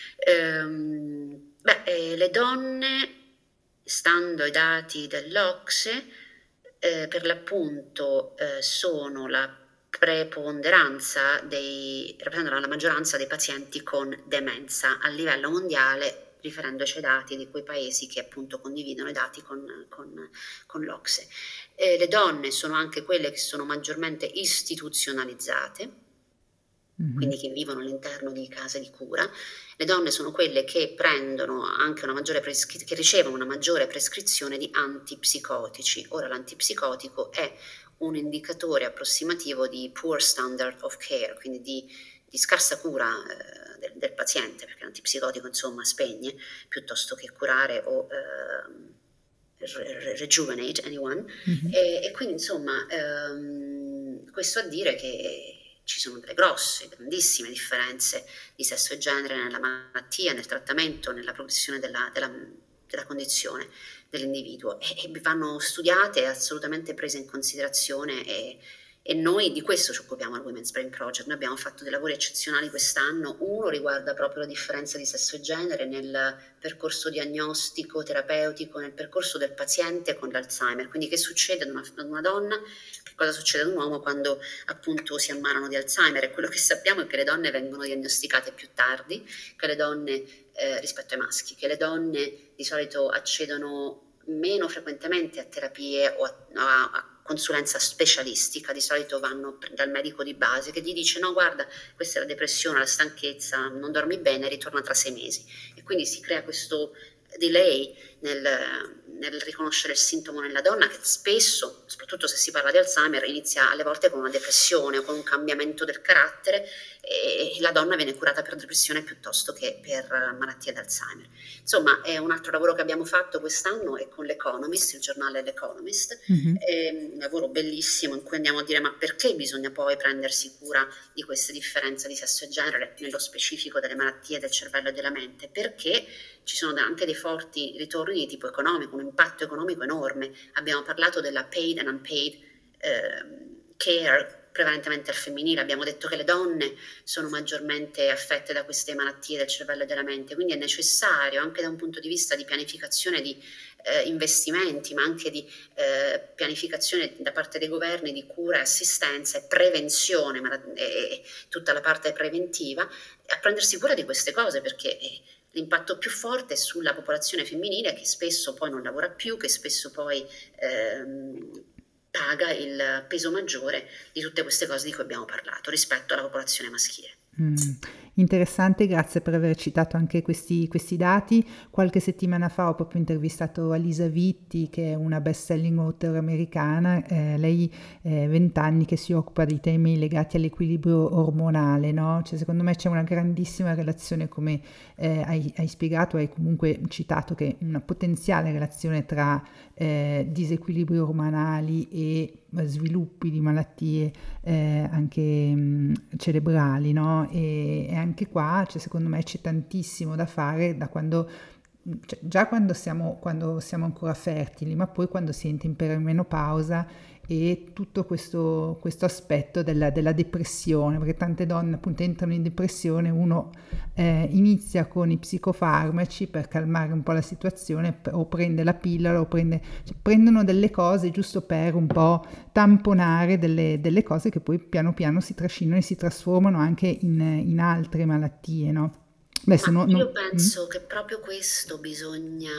Ehm, beh, eh, le donne, stando ai dati dell'O C S E, eh, per l'appunto eh, sono la preponderanza dei, rappresentano la maggioranza dei pazienti con demenza a livello mondiale, riferendoci ai dati di quei paesi che appunto condividono i dati con, con, con l'O C S E. Eh, le donne sono anche quelle che sono maggiormente istituzionalizzate, Mhm. quindi che vivono all'interno di case di cura. Le donne sono quelle che prendono anche una maggiore prescri- che ricevono una maggiore prescrizione di antipsicotici. Ora, l'antipsicotico è un indicatore approssimativo di poor standard of care, quindi di, di scarsa cura eh, del, del paziente, perché l'antipsicotico insomma spegne piuttosto che curare o ehm, re- rejuvenate anyone. Mhm. E, e quindi insomma ehm, questo a dire che ci sono delle grosse, grandissime differenze di sesso e genere nella malattia, nel trattamento, nella progressione della, della, della condizione dell'individuo, e, e vanno studiate e assolutamente prese in considerazione, e, E noi di questo ci occupiamo al Women's Brain Project. Noi abbiamo fatto dei lavori eccezionali quest'anno. Uno riguarda proprio la differenza di sesso e genere nel percorso diagnostico, terapeutico, nel percorso del paziente con l'Alzheimer. Quindi che succede ad una, ad una donna, che cosa succede ad un uomo quando appunto si ammalano di Alzheimer. E quello che sappiamo è che le donne vengono diagnosticate più tardi, che le donne eh, rispetto ai maschi, che le donne di solito accedono meno frequentemente a terapie o a, a, a consulenza specialistica, di solito vanno dal medico di base che gli dice no guarda questa è la depressione, la stanchezza, non dormi bene, ritorna tra sei mesi e quindi si crea questo delay nel, nel riconoscere il sintomo nella donna che spesso, soprattutto se si parla di Alzheimer, inizia alle volte con una depressione o con un cambiamento del carattere e la donna viene curata per depressione piuttosto che per malattia d'Alzheimer. Insomma, è un altro lavoro che abbiamo fatto quest'anno è con l'Economist, il giornale L'Economist, Mhm. è un lavoro bellissimo in cui andiamo a dire ma perché bisogna poi prendersi cura di queste differenze di sesso e genere, nello specifico delle malattie del cervello e della mente, perché ci sono anche dei forti ritorni di tipo economico, un impatto economico enorme. Abbiamo parlato della paid and unpaid eh, care prevalentemente al femminile, abbiamo detto che le donne sono maggiormente affette da queste malattie del cervello e della mente, quindi è necessario anche da un punto di vista di pianificazione di eh, investimenti, ma anche di eh, pianificazione da parte dei governi di cura, assistenza e prevenzione, ma, e, tutta la parte preventiva, a prendersi cura di queste cose perché eh, l'impatto più forte è sulla popolazione femminile che spesso poi non lavora più, che spesso poi ehm, paga il peso maggiore di tutte queste cose di cui abbiamo parlato rispetto alla popolazione maschile. Mm, interessante, grazie per aver citato anche questi, questi dati. Qualche settimana fa ho proprio intervistato Alisa Vitti, che è una best-selling author americana. Eh, lei è vent'anni che si occupa di temi legati all'equilibrio ormonale, no? Cioè, secondo me c'è una grandissima relazione, come eh, hai, hai spiegato, hai comunque citato che una potenziale relazione tra eh, disequilibri ormonali e sviluppi di malattie eh, anche mh, cerebrali, no? E, e anche qua, cioè, secondo me c'è tantissimo da fare da quando, cioè, già quando siamo, quando siamo ancora fertili, ma poi quando si entra in perimenopausa e tutto questo, questo aspetto della, della depressione, perché tante donne appunto entrano in depressione, uno eh, inizia con i psicofarmaci per calmare un po' la situazione o prende la pillola o prende, cioè, prendono delle cose giusto per un po' tamponare delle, delle cose che poi piano piano si trascinano e si trasformano anche in, in altre malattie, no? Adesso Ma no, io no, mm? penso che proprio questo bisogna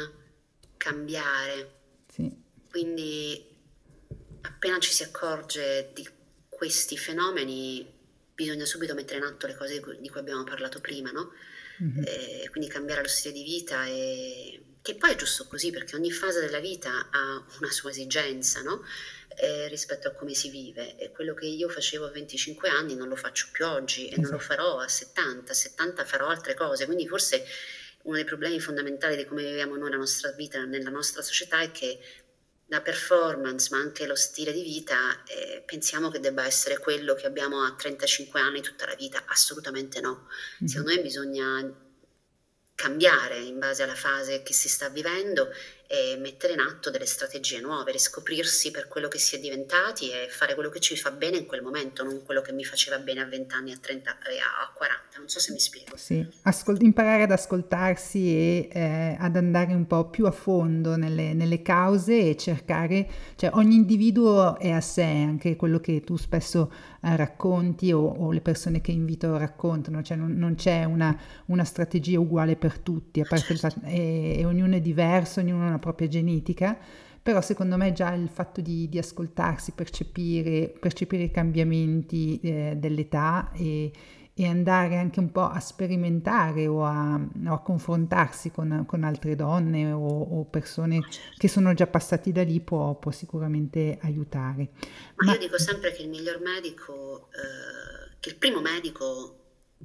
cambiare, Sì, quindi appena ci si accorge di questi fenomeni bisogna subito mettere in atto le cose di cui, di cui abbiamo parlato prima, no? mhm, Eh, quindi cambiare lo stile di vita e che poi è giusto così perché ogni fase della vita ha una sua esigenza, no? Eh, rispetto a come si vive e quello che io facevo a venticinque anni non lo faccio più oggi e non lo esatto. farò a settanta, a settanta farò altre cose, quindi forse uno dei problemi fondamentali di come viviamo noi la nostra vita nella nostra società è che la performance, ma anche lo stile di vita, eh, pensiamo che debba essere quello che abbiamo a trentacinque anni tutta la vita. Assolutamente no. Mhm. Secondo me bisogna cambiare in base alla fase che si sta vivendo e mettere in atto delle strategie nuove, riscoprirsi per quello che si è diventati e fare quello che ci fa bene in quel momento, non quello che mi faceva bene a venti anni, a trenta e a quaranta. Non so se mi spiego. Sì, ascol- imparare ad ascoltarsi e eh, ad andare un po' più a fondo nelle, nelle cause e cercare, cioè ogni individuo è a sé, anche quello che tu spesso eh, racconti o, o le persone che invito raccontano, cioè non, non c'è una, una strategia uguale per tutti, a Ma parte il certo. fatto e, e ognuno è diverso, ognuno ha una propria genetica. Però secondo me già il fatto di, di ascoltarsi, percepire, percepire i cambiamenti eh, dell'età e, e andare anche un po' a sperimentare o a, o a confrontarsi con, con altre donne o, o persone Ma certo. che sono già passati da lì può, può sicuramente aiutare. Ma io Ma dico sempre che il miglior medico, eh, che il primo medico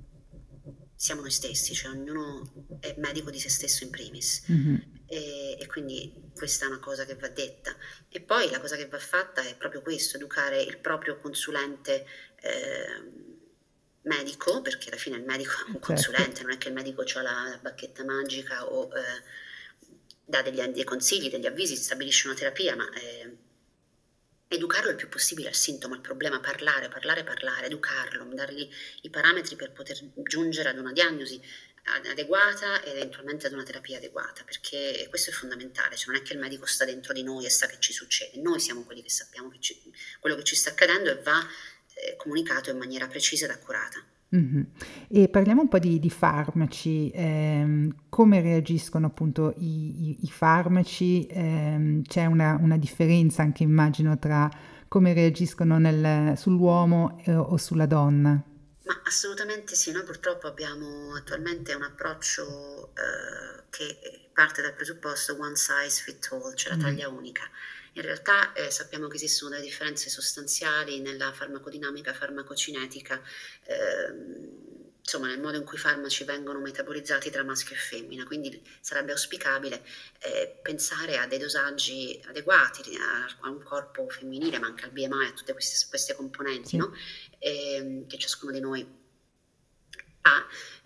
siamo noi stessi, cioè ognuno è medico di se stesso in primis. mhm, E, e quindi questa è una cosa che va detta. E poi la cosa che va fatta è proprio questo, educare il proprio consulente eh, medico, perché alla fine il medico è un certo. consulente, non è che il medico ha la, la bacchetta magica o eh, dà degli, dei consigli, degli avvisi, stabilisce una terapia, ma eh, educarlo il più possibile al sintomo, al problema, parlare, parlare, parlare, educarlo, dargli i parametri per poter giungere ad una diagnosi ad- adeguata e eventualmente ad una terapia adeguata, perché questo è fondamentale, cioè non è che il medico sta dentro di noi e sa che ci succede, noi siamo quelli che sappiamo che ci- quello che ci sta accadendo e va eh, comunicato in maniera precisa ed accurata. Mh-mh. E parliamo un po' di di farmaci, ehm, come reagiscono appunto i i i farmaci? Ehm, c'è una una differenza anche immagino tra come reagiscono nel sull'uomo, ehm, o sulla donna. Ma assolutamente sì, noi purtroppo abbiamo attualmente un approccio eh, che parte dal presupposto one size fits all, cioè la Mh, taglia unica. In realtà eh, sappiamo che esistono delle differenze sostanziali nella farmacodinamica, farmacocinetica, ehm, insomma nel modo in cui i farmaci vengono metabolizzati tra maschio e femmina, quindi sarebbe auspicabile eh, pensare a dei dosaggi adeguati a, a un corpo femminile, ma anche al B M I, a tutte queste, queste componenti, sì. no? ehm, che ciascuno di noi ha.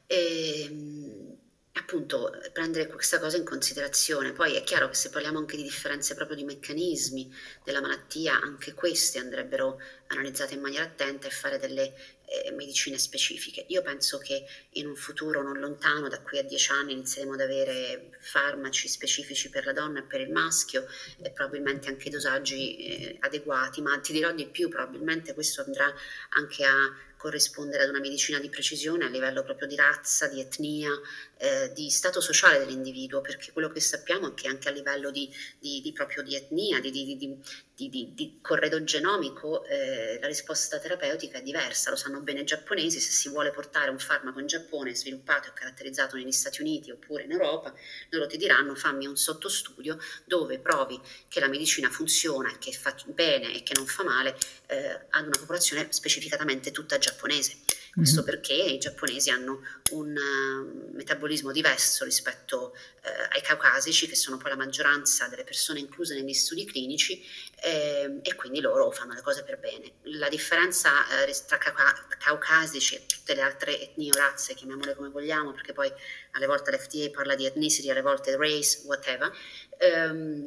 Ehm, appunto, prendere questa cosa in considerazione. Poi è chiaro che se parliamo anche di differenze proprio di meccanismi della malattia, anche queste andrebbero analizzate in maniera attenta e fare delle eh, medicine specifiche. Io penso che in un futuro non lontano, da qui a dieci anni, inizieremo ad avere farmaci specifici per la donna e per il maschio e probabilmente anche dosaggi eh, adeguati, ma ti dirò di più, probabilmente questo andrà anche a corrispondere ad una medicina di precisione a livello proprio di razza, di etnia, eh, di stato sociale dell'individuo, perché quello che sappiamo è che anche a livello di, di, di proprio di etnia, di, di, di, di, di, di corredo genomico, eh, la risposta terapeutica è diversa, lo sanno bene i giapponesi, se si vuole portare un farmaco in Giappone sviluppato e caratterizzato negli Stati Uniti oppure in Europa, loro ti diranno fammi un sottostudio dove provi che la medicina funziona, che fa bene e che non fa male eh, ad una popolazione specificatamente tutta giapponese. Mh-mh. Questo perché i giapponesi hanno un uh, metabolismo diverso rispetto eh, ai caucasici, che sono poi la maggioranza delle persone incluse negli studi clinici, eh, e quindi loro fanno le cose per bene. La differenza eh, tra cauca- caucasici e tutte le altre etnie o razze, chiamiamole come vogliamo, perché poi alle volte l'F D A parla di ethnicity, alle volte race, whatever, ehm,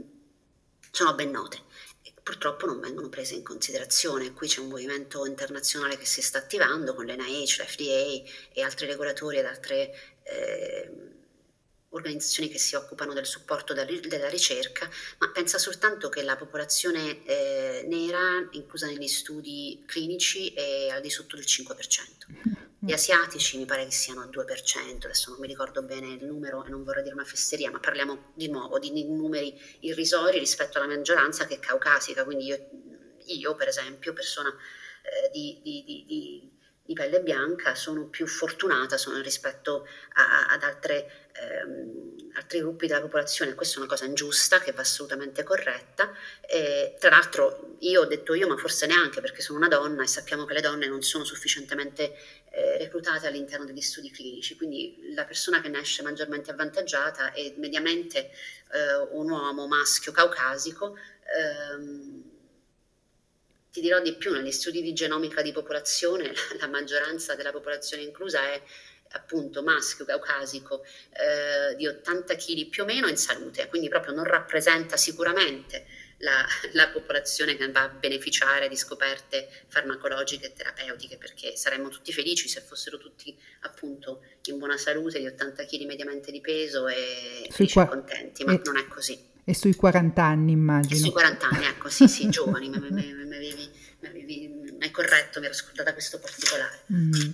sono ben note e purtroppo non vengono prese in considerazione. Qui c'è un movimento internazionale che si sta attivando con l'N I H, la F D A e altri regolatori ed altre eh, organizzazioni che si occupano del supporto della ricerca, ma pensa soltanto che la popolazione eh, nera inclusa negli studi clinici è al di sotto del cinque per cento. Gli asiatici mi pare che siano al due per cento, adesso non mi ricordo bene il numero e non vorrei dire una fesseria, ma parliamo di nuovo di numeri irrisori rispetto alla maggioranza che è caucasica, quindi io, io per esempio, persona eh, di, di, di, di, di pelle bianca, sono più fortunata sono rispetto a, ad altre, ehm, altri gruppi della popolazione. Questa è una cosa ingiusta che va assolutamente corretta. E, tra l'altro io ho detto io, ma forse neanche perché sono una donna e sappiamo che le donne non sono sufficientemente eh, reclutate all'interno degli studi clinici, quindi la persona che ne esce maggiormente avvantaggiata è mediamente eh, un uomo maschio caucasico. ehm, Ti dirò di più, negli studi di genomica di popolazione la maggioranza della popolazione inclusa è appunto maschio caucasico eh, di ottanta chili più o meno in salute, quindi proprio non rappresenta sicuramente la, la popolazione che va a beneficiare di scoperte farmacologiche e terapeutiche, perché saremmo tutti felici se fossero tutti appunto in buona salute, di ottanta chili mediamente di peso e Sui felici e qua contenti, ma e non è così. e sui quaranta anni E sui immagino. quaranta anni, ecco, sì, sì, giovani, mi avevi, mi avevi, mi hai corretto, mi ero scordata questo particolare. Mh.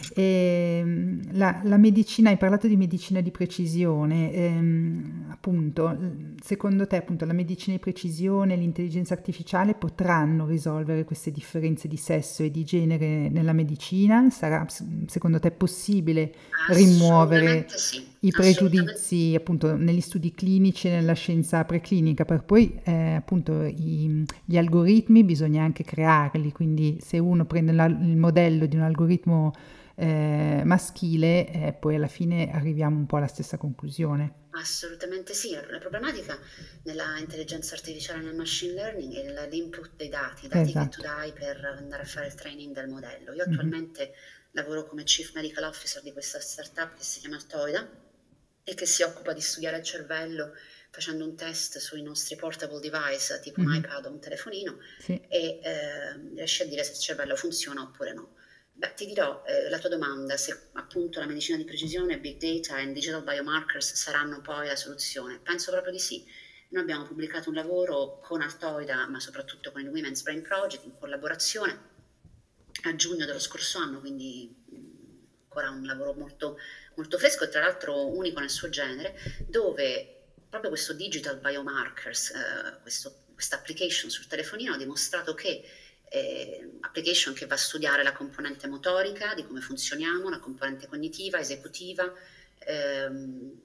Ehm, la la medicina hai parlato di medicina di precisione, ehm, appunto, l secondo te, appunto, la medicina di precisione e l'intelligenza artificiale potranno risolvere queste differenze di sesso e di genere nella medicina? Sarà s secondo te possibile rimuovere Assolutamente sì, i assolutamente. pregiudizi, appunto, negli studi clinici e nella scienza preclinica? Per poi, ehm, appunto, i gli algoritmi bisogna anche crearli, quindi se uno prende la il modello di un algoritmo, ehm, maschile, eh, poi alla fine arriviamo un po' alla stessa conclusione. Assolutamente sì, la la problematica nella intelligenza artificiale e nel machine learning è l l'input dei dati, i dati che tu Esatto. dai per andare a fare il training del modello. Io Mh-mh. attualmente lavoro come Chief Medical Officer di questa startup che si chiama Altoida e che si occupa di studiare il cervello facendo un test sui nostri portable device, tipo un Mhm. iPad o un telefonino, Sì. e eh, riesci a dire se il cervello funziona oppure no. Beh, ti dirò, eh, la tua domanda, se appunto la medicina di precisione, big data e digital biomarkers saranno poi la soluzione. Penso proprio di sì. Noi abbiamo pubblicato un lavoro con Altoida, ma soprattutto con il Women's Brain Project in collaborazione a giugno dello scorso anno, quindi mh, ancora un lavoro molto, molto fresco e tra l'altro unico nel suo genere, dove proprio questo digital biomarkers, eh, questo, questa application sul telefonino ha dimostrato che eh, application che va a studiare la componente motorica, di come funzioniamo, la componente cognitiva, esecutiva, ehm,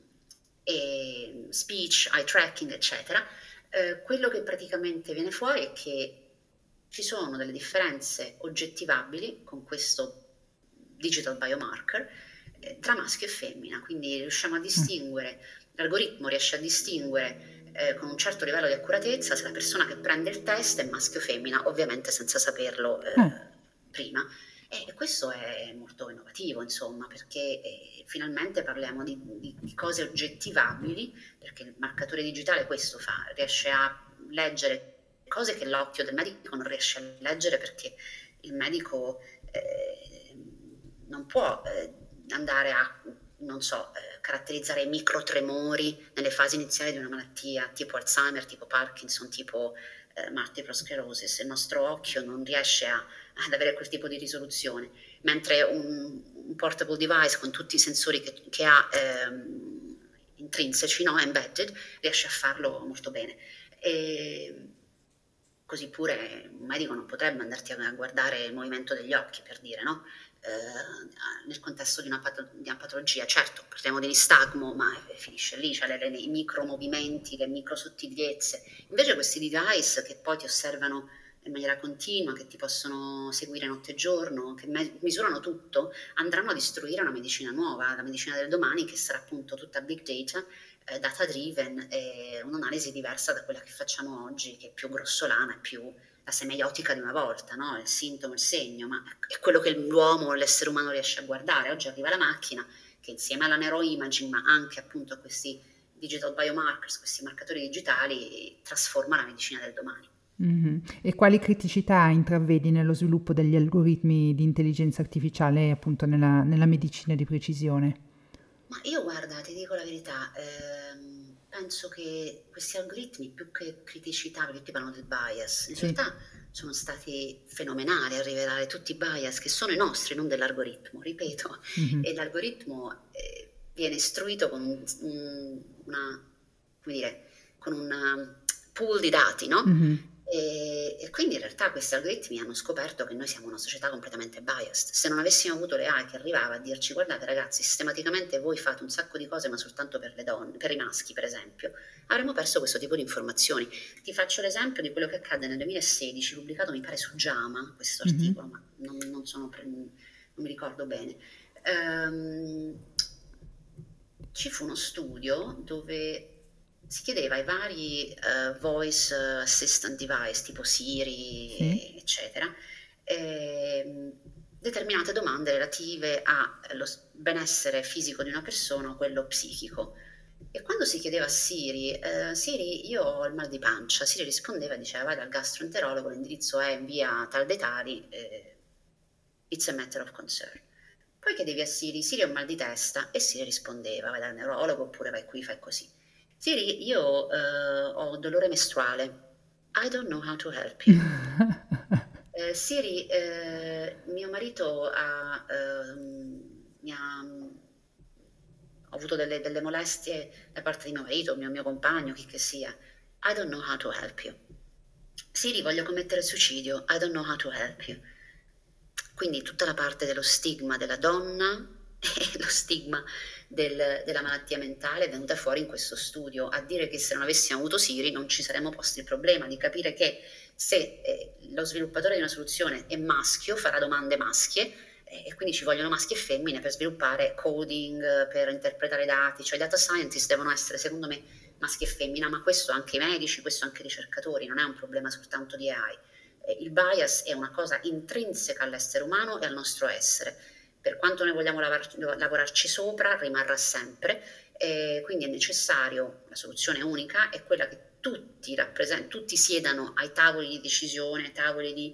e speech, eye tracking, eccetera. Eh, quello che praticamente viene fuori è che ci sono delle differenze oggettivabili con questo digital biomarker eh, tra maschio e femmina, quindi riusciamo a Mm. distinguere, l'algoritmo riesce a distinguere eh, con un certo livello di accuratezza se la persona che prende il test è maschio o femmina, ovviamente senza saperlo Eh. eh, prima. E questo è molto innovativo, insomma, perché eh, finalmente parliamo di, di, di cose oggettivabili, perché il marcatore digitale questo fa, riesce a leggere cose che l'occhio del medico non riesce a leggere perché il medico eh, non può eh, andare a, non so, eh, caratterizzare i microtremori nelle fasi iniziali di una malattia tipo Alzheimer, tipo Parkinson, tipo eh, multiple sclerosis. Il nostro occhio non riesce a, ad avere quel tipo di risoluzione, mentre un, un portable device con tutti i sensori che, che ha ehm, intrinseci, no, embedded, riesce a farlo molto bene. E così pure un medico non potrebbe andarti a guardare il movimento degli occhi, per dire, no? Eh, nel contesto di una, pato- di una patologia, certo, parliamo di nistagmo, ma finisce lì, cioè le, le, i micro movimenti, le micro sottigliezze. Invece questi device che poi ti osservano in maniera continua, che ti possono seguire notte e giorno, che me- misurano tutto, andranno a istruire una medicina nuova, la medicina del domani, che sarà appunto tutta big data, eh, data driven, e un'analisi diversa da quella che facciamo oggi, che è più grossolana, è più la semeiotica di una volta, no? Il sintomo, il segno, ma è quello che l'uomo, l'essere umano riesce a guardare. Oggi arriva la macchina che insieme alla neuroimaging, ma anche appunto a questi digital biomarkers, questi marcatori digitali, trasforma la medicina del domani. Mhm. E quali criticità intravedi nello sviluppo degli algoritmi di intelligenza artificiale appunto nella, nella medicina di precisione? Ma io guarda, ti dico la verità, ehm, penso che questi algoritmi, più che criticità, perché ti parlano del bias, in Sì. realtà sono stati fenomenali a rivelare tutti i bias che sono i nostri, non dell'algoritmo, ripeto, Mhm. e l'algoritmo eh, viene istruito con un- un- una, come dire, con un pool di dati, no? Mhm. E, e quindi in realtà questi algoritmi hanno scoperto che noi siamo una società completamente biased. Se non avessimo avuto le A I che arrivava a dirci guardate ragazzi, sistematicamente voi fate un sacco di cose ma soltanto per le donne, per i maschi per esempio, avremmo perso questo tipo di informazioni. Ti faccio l'esempio di quello che accadde nel duemilasedici, pubblicato mi pare su JAMA, questo Mhm. articolo, ma non, non sono pre- non mi ricordo bene. Ehm, Ci fu uno studio dove si chiedeva ai vari eh, voice assistant device tipo Sì. Siri, eccetera, ehm, determinate domande relative allo benessere fisico di una persona o quello psichico. E quando si chiedeva a Siri, eh, Siri, io ho il mal di pancia, Siri rispondeva e diceva vai dal gastroenterologo, l'indirizzo è in via tal dei tali, eh, it's a matter of concern. Poi chiedevi a Siri, Siri ho mal di testa, e Siri rispondeva, vai dal neurologo oppure vai qui, fai così. Siri, io eh, ho dolore mestruale. I don't know how to help you. Eh, Siri, eh, mio marito ha, ehm, mi ha, ho avuto delle, delle molestie da parte di mio marito, mio, mio compagno, chi che sia. I don't know how to help you. Siri, voglio commettere suicidio. I don't know how to help you. Quindi tutta la parte dello stigma della donna e lo stigma del- della malattia mentale è venuta fuori in questo studio, a dire che se non avessimo avuto Siri non ci saremmo posti il problema di capire che se eh, lo sviluppatore di una soluzione è maschio, farà domande maschie eh, e quindi ci vogliono maschi e femmine per sviluppare coding, eh, per interpretare i dati, cioè i data scientist devono essere secondo me maschi e femmina, ma questo anche i medici, questo anche i ricercatori, non è un problema soltanto di A I. Eh, Il bias è una cosa intrinseca all'essere umano e al nostro essere. Per quanto noi vogliamo lavar- lavorarci sopra, rimarrà sempre E quindi è necessario, la soluzione unica è quella che tutti, rappresen- tutti siedano ai tavoli di decisione, ai tavoli di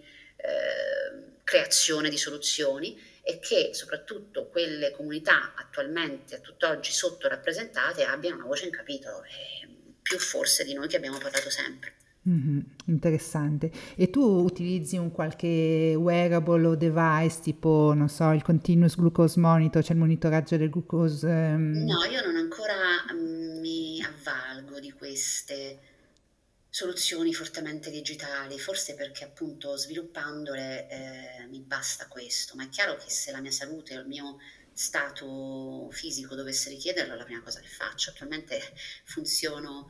eh, creazione di soluzioni e che soprattutto quelle comunità attualmente, a tutt'oggi sottorappresentate, abbiano una voce in capitolo, e più forse di noi che abbiamo parlato sempre. Mhm, interessante. E tu utilizzi un qualche wearable o device tipo, non so, il continuous glucose monitor, cioè il monitoraggio del glucose? ehm, No, io non ancora mm, mi avvalgo di queste soluzioni fortemente digitali, forse perché appunto sviluppandole eh, mi basta questo, ma è chiaro che se la mia salute o il mio stato fisico dovesse richiederlo, è la prima cosa che faccio. Attualmente funziono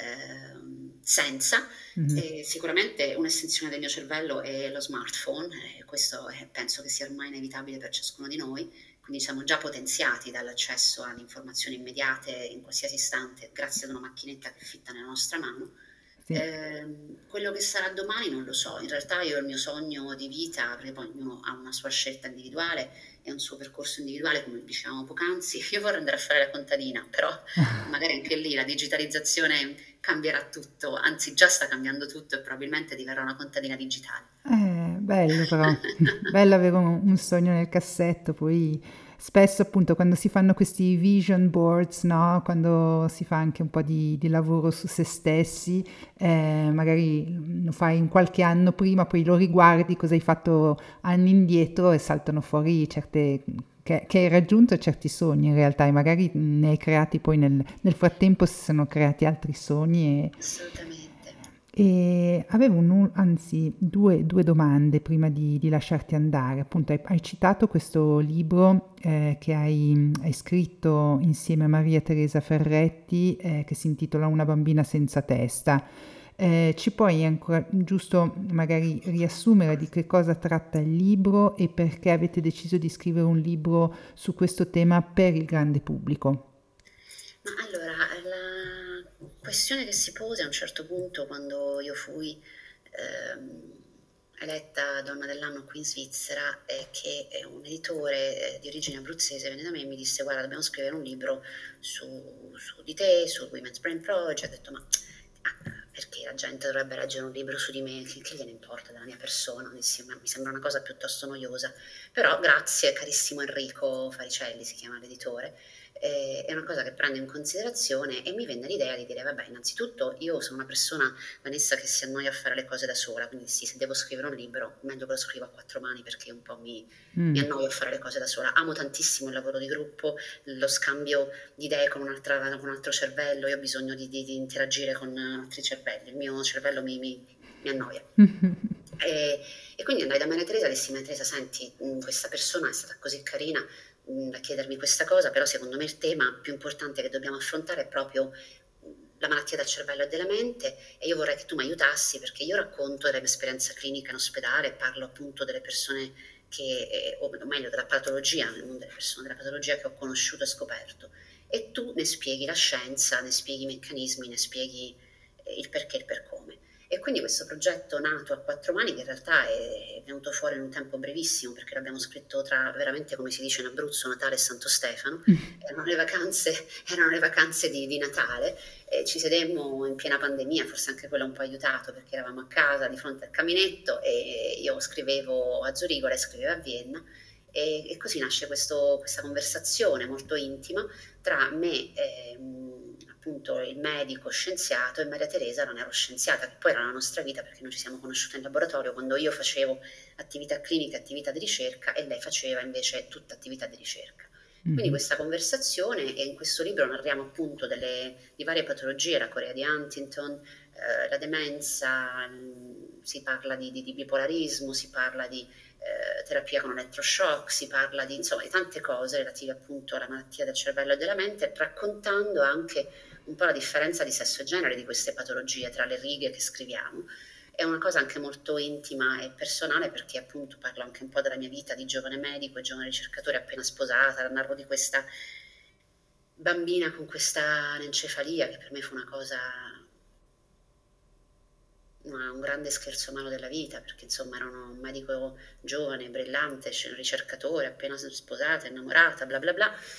ehm, senza, mhm. e sicuramente un'estensione del mio cervello è lo smartphone, e questo è- penso che sia ormai inevitabile per ciascuno di noi, quindi siamo già potenziati dall'accesso alle informazioni immediate in qualsiasi istante grazie ad una macchinetta che fitta nella nostra mano. Sì. Ehm, quello che sarà domani non lo so, in realtà io ho il mio sogno di vita, perché poi ognuno ha una sua scelta individuale e un suo percorso individuale, come dicevamo poc'anzi. Io vorrei andare a fare la contadina, però magari anche lì la digitalizzazione cambierà tutto, anzi già sta cambiando tutto e probabilmente diverrà una contadina digitale. Eh, bello però, bello avere un, un sogno nel cassetto, poi spesso appunto quando si fanno questi vision boards, no? Quando si fa anche un po' di, di lavoro su se stessi, eh, magari lo fai in qualche anno prima, poi lo riguardi cosa hai fatto anni indietro e saltano fuori certe... Che, che hai raggiunto certi sogni in realtà e magari ne hai creati poi nel, nel frattempo si sono creati altri sogni. Assolutamente. E avevo un- anzi due, due domande prima di, di lasciarti andare. Appunto, hai, hai citato questo libro eh, che hai, hai scritto insieme a Maria Teresa Ferretti, eh, che si intitola Una bambina senza testa. Eh, ci puoi ancora giusto magari riassumere di che cosa tratta il libro e perché avete deciso di scrivere un libro su questo tema per il grande pubblico? Ma allora, la questione che si pose a un certo punto quando io fui ehm, eletta donna dell'anno qui in Svizzera è che eh, un editore eh, di origine abruzzese venne da me e mi disse: guarda, dobbiamo scrivere un libro su, su di te, sul Women's Brain Project. Ho detto: ma ah, perché la gente dovrebbe leggere un libro su di me? Che, che gliene importa della mia persona? Mi sembra, mi sembra una cosa piuttosto noiosa. Però grazie, carissimo Enrico Faricelli, si chiama l'editore, eh, è una cosa che prendo in considerazione e mi venne l'idea di dire: vabbè, innanzitutto io sono una persona, Vanessa, che si annoia a fare le cose da sola, quindi sì, se devo scrivere un libro, meglio che lo scrivo a quattro mani perché un po' mi, mi Mm. annoio a fare le cose da sola. Amo tantissimo il lavoro di gruppo, lo scambio di idee con, un'altra, con un altro cervello, io ho bisogno di, di- di interagire con altri cervelli, il mio cervello mi, mi- mi annoia. E, e quindi andai da Maria Teresa e dissi: Maria Teresa, senti, mh, questa persona è stata così carina mh, da chiedermi questa cosa, però secondo me il tema più importante che dobbiamo affrontare è proprio mh, la malattia del cervello e della mente, e io vorrei che tu mi aiutassi perché io racconto della mia esperienza clinica in ospedale, parlo appunto delle persone che, eh, o meglio della patologia, non delle persone, della patologia che ho conosciuto e scoperto, e tu ne spieghi la scienza, ne spieghi i meccanismi, ne spieghi eh, il perché e il per come. E quindi questo progetto nato a quattro mani, che in realtà è venuto fuori in un tempo brevissimo, perché l'abbiamo scritto tra veramente, come si dice in Abruzzo, Natale e Santo Stefano, erano le vacanze, erano le vacanze di, di Natale, e ci sedemmo in piena pandemia, forse anche quello ha un po' aiutato, perché eravamo a casa di fronte al caminetto e io scrivevo a Zurigo, lei scriveva a Vienna, e, e così nasce questo, questa conversazione molto intima tra me e appunto il medico scienziato e Maria Teresa, la neuroscienziata, che poi era la nostra vita perché noi ci siamo conosciute in laboratorio quando io facevo attività clinica, attività di ricerca e lei faceva invece tutta attività di ricerca. Quindi Mhm. questa conversazione, e in questo libro narriamo appunto delle, di varie patologie, la corea di Huntington, eh, la demenza, mh, si parla di, di, di bipolarismo, si parla di eh, terapia con elettroshock, si parla di, insomma, di tante cose relative appunto alla malattia del cervello e della mente, raccontando anche un po' la differenza di sesso e genere di queste patologie tra le righe che scriviamo. È una cosa anche molto intima e personale perché appunto parlo anche un po' della mia vita di giovane medico e giovane ricercatore appena sposata, narro di questa bambina con questa anencefalia che per me fu una cosa, una- un grande scherzo umano della vita, perché insomma ero un medico giovane, brillante, ricercatore, appena sposata, innamorata, bla bla bla.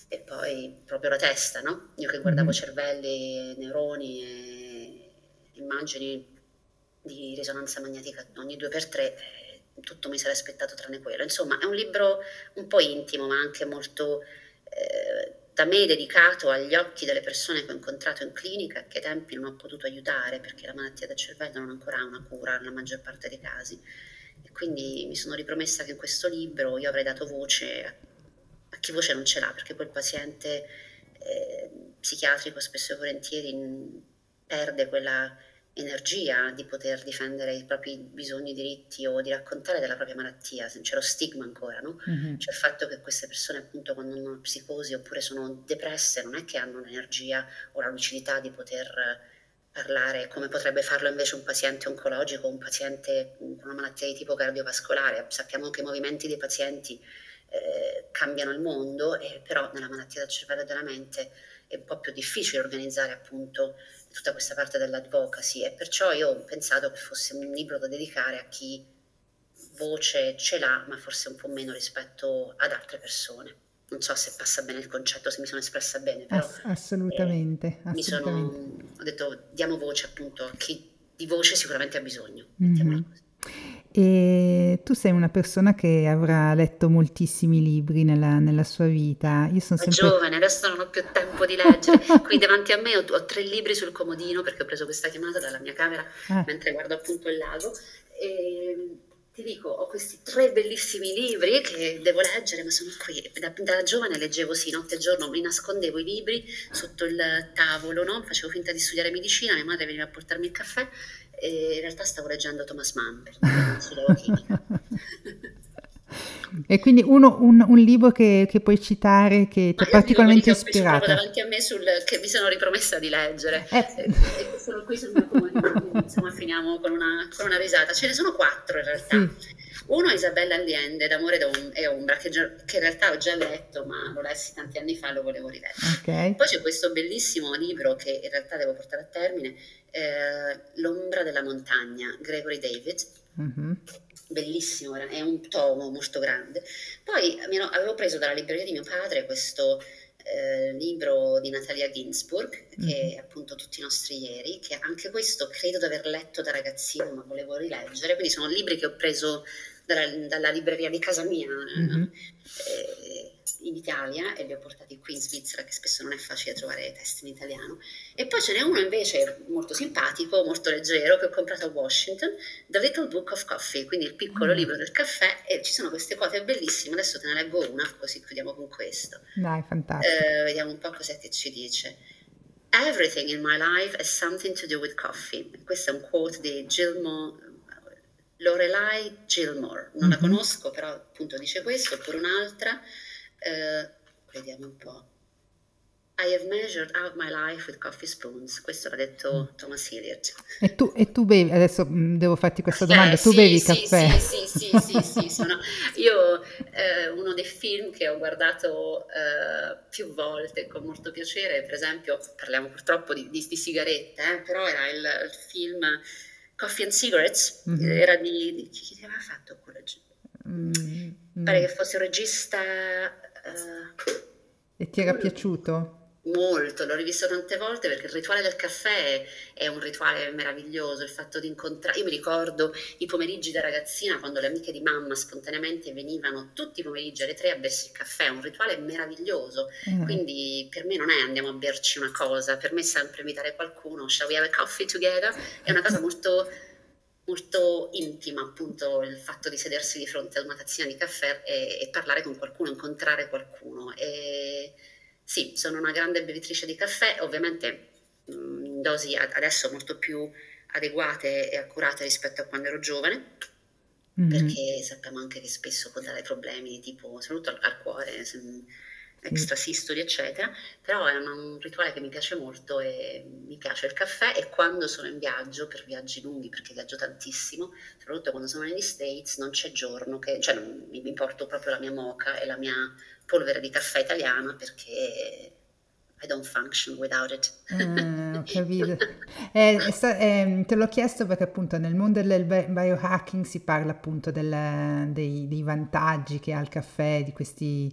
e poi proprio la testa, no? Io che guardavo Mhm. cervelli, neuroni e immagini di risonanza magnetica ogni due per tre, eh, tutto mi sarei aspettato tranne quello. Insomma, è un libro un po' intimo, ma anche molto eh, da me dedicato agli occhi delle persone che ho incontrato in clinica e che ai tempi non ho potuto aiutare perché la malattia del cervello non ancora ha una cura nella maggior parte dei casi. E quindi mi sono ripromessa che in questo libro io avrei dato voce a, a chi voce non ce l'ha, perché quel paziente eh, psichiatrico spesso e volentieri mh, perde quella energia di poter difendere i propri bisogni, diritti o di raccontare della propria malattia, se c'è lo stigma ancora, no? Mhm. Cioè il fatto che queste persone appunto quando hanno psicosi oppure sono depresse non è che hanno l'energia o la lucidità di poter parlare come potrebbe farlo invece un paziente oncologico o un paziente con una malattia di tipo cardiovascolare. Sappiamo che i movimenti dei pazienti eh, cambiano il mondo, e però nella malattia del cervello e della mente è un po' più difficile organizzare appunto tutta questa parte dell'advocacy, e perciò io ho pensato che fosse un libro da dedicare a chi voce ce l'ha, ma forse un po' meno rispetto ad altre persone. Non so se passa bene il concetto, se mi sono espressa bene, però Ass- eh, assolutamente, mi sono, assolutamente. ho detto diamo voce appunto a chi di voce sicuramente ha bisogno, mettiamola Mhm. così. E tu sei una persona che avrà letto moltissimi libri nella, nella sua vita. Io sono Da sempre... giovane, adesso non ho più tempo di leggere. Qui davanti a me ho, ho tre libri sul comodino perché ho preso questa chiamata dalla mia camera Ah, mentre guardo appunto il lago. E ti dico, ho questi tre bellissimi libri che devo leggere, ma sono qui. Da, da giovane leggevo sì, notte e giorno, mi nascondevo i libri sotto il tavolo, no? Facevo finta di studiare medicina, mia madre veniva a portarmi il caffè e in realtà stavo leggendo Thomas Mann, per dire, non studiavo chimica. e quindi uno, un, un libro che, che puoi citare che ti Ma ha io ti dico quelli particolarmente che ho preso proprio ispirata. davanti a me sul, che mi sono ripromessa di leggere Eh, e, e che sono qui sul mio comodino, quindi insomma finiamo con una, con una risata. Ce ne sono quattro in realtà. sì, Uno è Isabella Allende, d'amore d'om- e ombra, che, già- che in realtà ho già letto, ma lo lessi tanti anni fa e lo volevo rileggere. ok. Poi c'è questo bellissimo libro che in realtà devo portare a termine, eh, L'ombra della montagna, Gregory David. Mhm, Bellissimo, era- è un tomo molto grande. Poi mi ero- avevo preso dalla libreria di mio padre questo eh, libro di Natalia Ginsburg, che mhm, è appunto Tutti i nostri ieri, che anche questo credo di aver letto da ragazzino, ma volevo rileggere. Quindi sono libri che ho preso dalla, dalla libreria di casa mia mhm. eh, in Italia e li ho portati qui in Svizzera, che spesso non è facile trovare testi in italiano. E poi ce n'è uno invece molto simpatico, molto leggero, che ho comprato a Washington, The Little Book of Coffee, quindi il piccolo Ah, libro del caffè, e ci sono queste quote bellissime, adesso te ne leggo una, così chiudiamo con questo. dai, fantastico. Eh, vediamo un po' cos'è che ci dice. Everything in my life has something to do with coffee. Questo è un quote di Gilmore, Lorelai Gilmore, non la Mhm. conosco, però appunto dice questo, oppure un'altra, eh, vediamo un po'. I have measured out my life with coffee spoons. Questo l'ha Mm. detto Thomas Hilliard. E tu, e tu bevi, adesso mm, devo farti questa Caffè, domanda, tu sì, bevi sì, caffè? sì, sì, sì, sì, sì, sono io eh, uno dei film che ho guardato eh, più volte con molto piacere, per esempio, parliamo purtroppo di, di, di sigarette, eh, però era il, il film Coffee and Cigarettes, Mhm. era di, di chi chi aveva fatto quello? Mm, Pare mm. che fosse un regista eh, E ti era piaciuto? molto, l'ho rivisto tante volte perché il rituale del caffè è un rituale meraviglioso, il fatto di incontrare, io mi ricordo i pomeriggi da ragazzina quando le amiche di mamma spontaneamente venivano tutti i pomeriggi alle tre a bersi il caffè, è un rituale meraviglioso, Eh, quindi per me non è andiamo a berci una cosa, per me è sempre invitare qualcuno, shall we have a coffee together? È una cosa molto, molto intima, appunto, il fatto di sedersi di fronte ad una tazzina di caffè e, e parlare con qualcuno, incontrare qualcuno. E sì, sono una grande bevitrice di caffè, ovviamente mh, in dosi a- adesso molto più adeguate e accurate rispetto a quando ero giovane, mhm, perché sappiamo anche che spesso può dare problemi tipo, soprattutto al, al cuore, se- sì. extrasistoli, eccetera, però è un, un rituale che mi piace molto e mi piace il caffè, e quando sono in viaggio, per viaggi lunghi, perché viaggio tantissimo, soprattutto quando sono negli States, non c'è giorno che, cioè non- mi, mi porto proprio la mia moka e la mia polvere di caffè italiana perché I don't function without it. Ah, ho capito. Eh, è sta- ehm, te l'ho chiesto perché appunto nel mondo del bi- biohacking si parla appunto del- dei, dei vantaggi che ha il caffè, di questi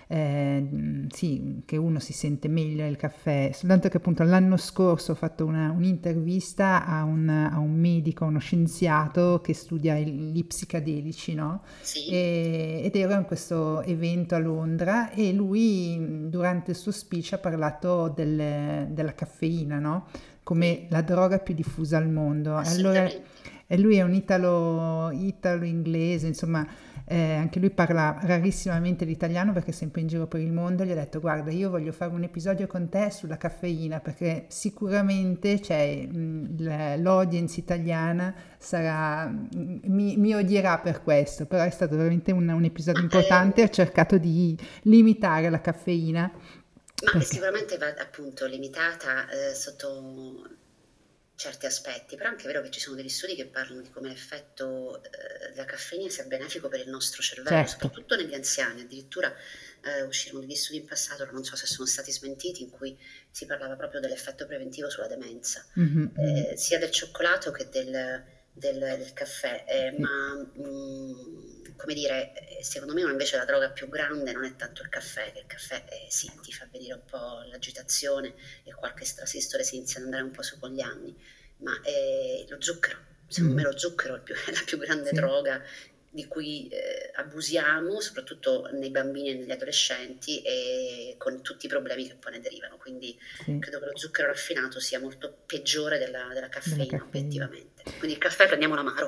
eh, sì, che uno si sente meglio il caffè, soltanto che appunto l'anno scorso ho fatto una, un'intervista a un, a un medico, a uno scienziato che studia il- gli psicadelici, no? Sì, E- ed ero in questo evento a Londra e lui mh, durante il suo speech ha parlato del- della caffeina, no? Come sì, la droga più diffusa al mondo. E allora, assolutamente. e lui è un italo, italo-inglese, insomma, eh, anche lui parla rarissimamente l'italiano perché è sempre in giro per il mondo. Gli ho detto: Guarda, io voglio fare un episodio con te sulla caffeina perché sicuramente c'è mh, l- l'audience italiana sarà, mh, mi, mi odierà per questo. Però è stato veramente un, un episodio Ma, importante. Ho ehm, cercato di limitare la caffeina ma perché. sicuramente va appunto limitata eh, sotto certi aspetti, però è anche vero che ci sono degli studi che parlano di come l'effetto eh, della caffeina sia benefico per il nostro cervello, Certo. soprattutto negli anziani. Addirittura eh, uscirono degli studi in passato, non so se sono stati smentiti, in cui si parlava proprio dell'effetto preventivo sulla demenza, Mhm, mhm. eh, sia del cioccolato che del, del, del caffè. Eh, Sì, ma mh, come dire, eh, secondo me invece la droga più grande non è tanto il caffè, che il caffè eh, sì, ti fa venire un po' l'agitazione e qualche strasistole si inizia ad andare un po' su con gli anni, ma è lo zucchero. Secondo me mhm, lo zucchero è, il più- è la più grande sì, droga di cui eh, abusiamo, soprattutto nei bambini e negli adolescenti, e con tutti i problemi che poi ne derivano. Quindi sì, credo che lo zucchero raffinato sia molto peggiore della, della della caffeina, caffeina. obiettivamente. Quindi il caffè prendiamo l'amaro.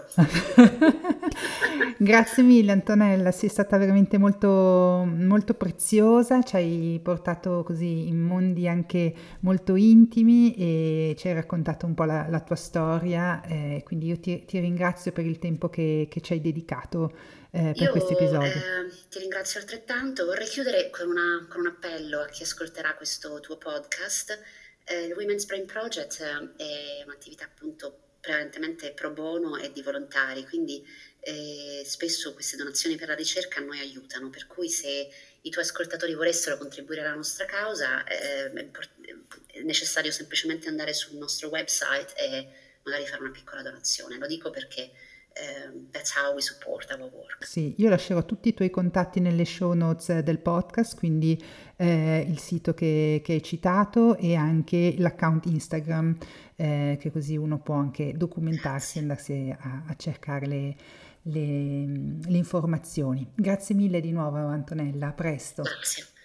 Grazie mille Antonella, sei stata veramente molto, molto preziosa, ci hai portato così in mondi anche molto intimi e ci hai raccontato un po' la, la tua storia, eh, quindi io ti, ti ringrazio per il tempo che, che ci hai dedicato, eh, per questo Io episodio. eh, ti ringrazio altrettanto. Vorrei chiudere con, una- con un appello a chi ascolterà questo tuo podcast. Eh, il Women's Brain Project eh, è un'attività appunto prevalentemente pro bono e di volontari, quindi eh, spesso queste donazioni per la ricerca a noi aiutano, per cui se i tuoi ascoltatori volessero contribuire alla nostra causa, eh, è import- è necessario semplicemente andare sul nostro website e magari fare una piccola donazione. Lo dico perché um, that's how we support our work. Sì, io lascerò tutti i tuoi contatti nelle show notes del podcast, quindi eh, il sito che, che hai citato e anche l'account Instagram, eh, che così uno può anche documentarsi e Grazie, andarsi a, a cercare le, le le informazioni. Grazie mille di nuovo, Antonella, a presto. grazie.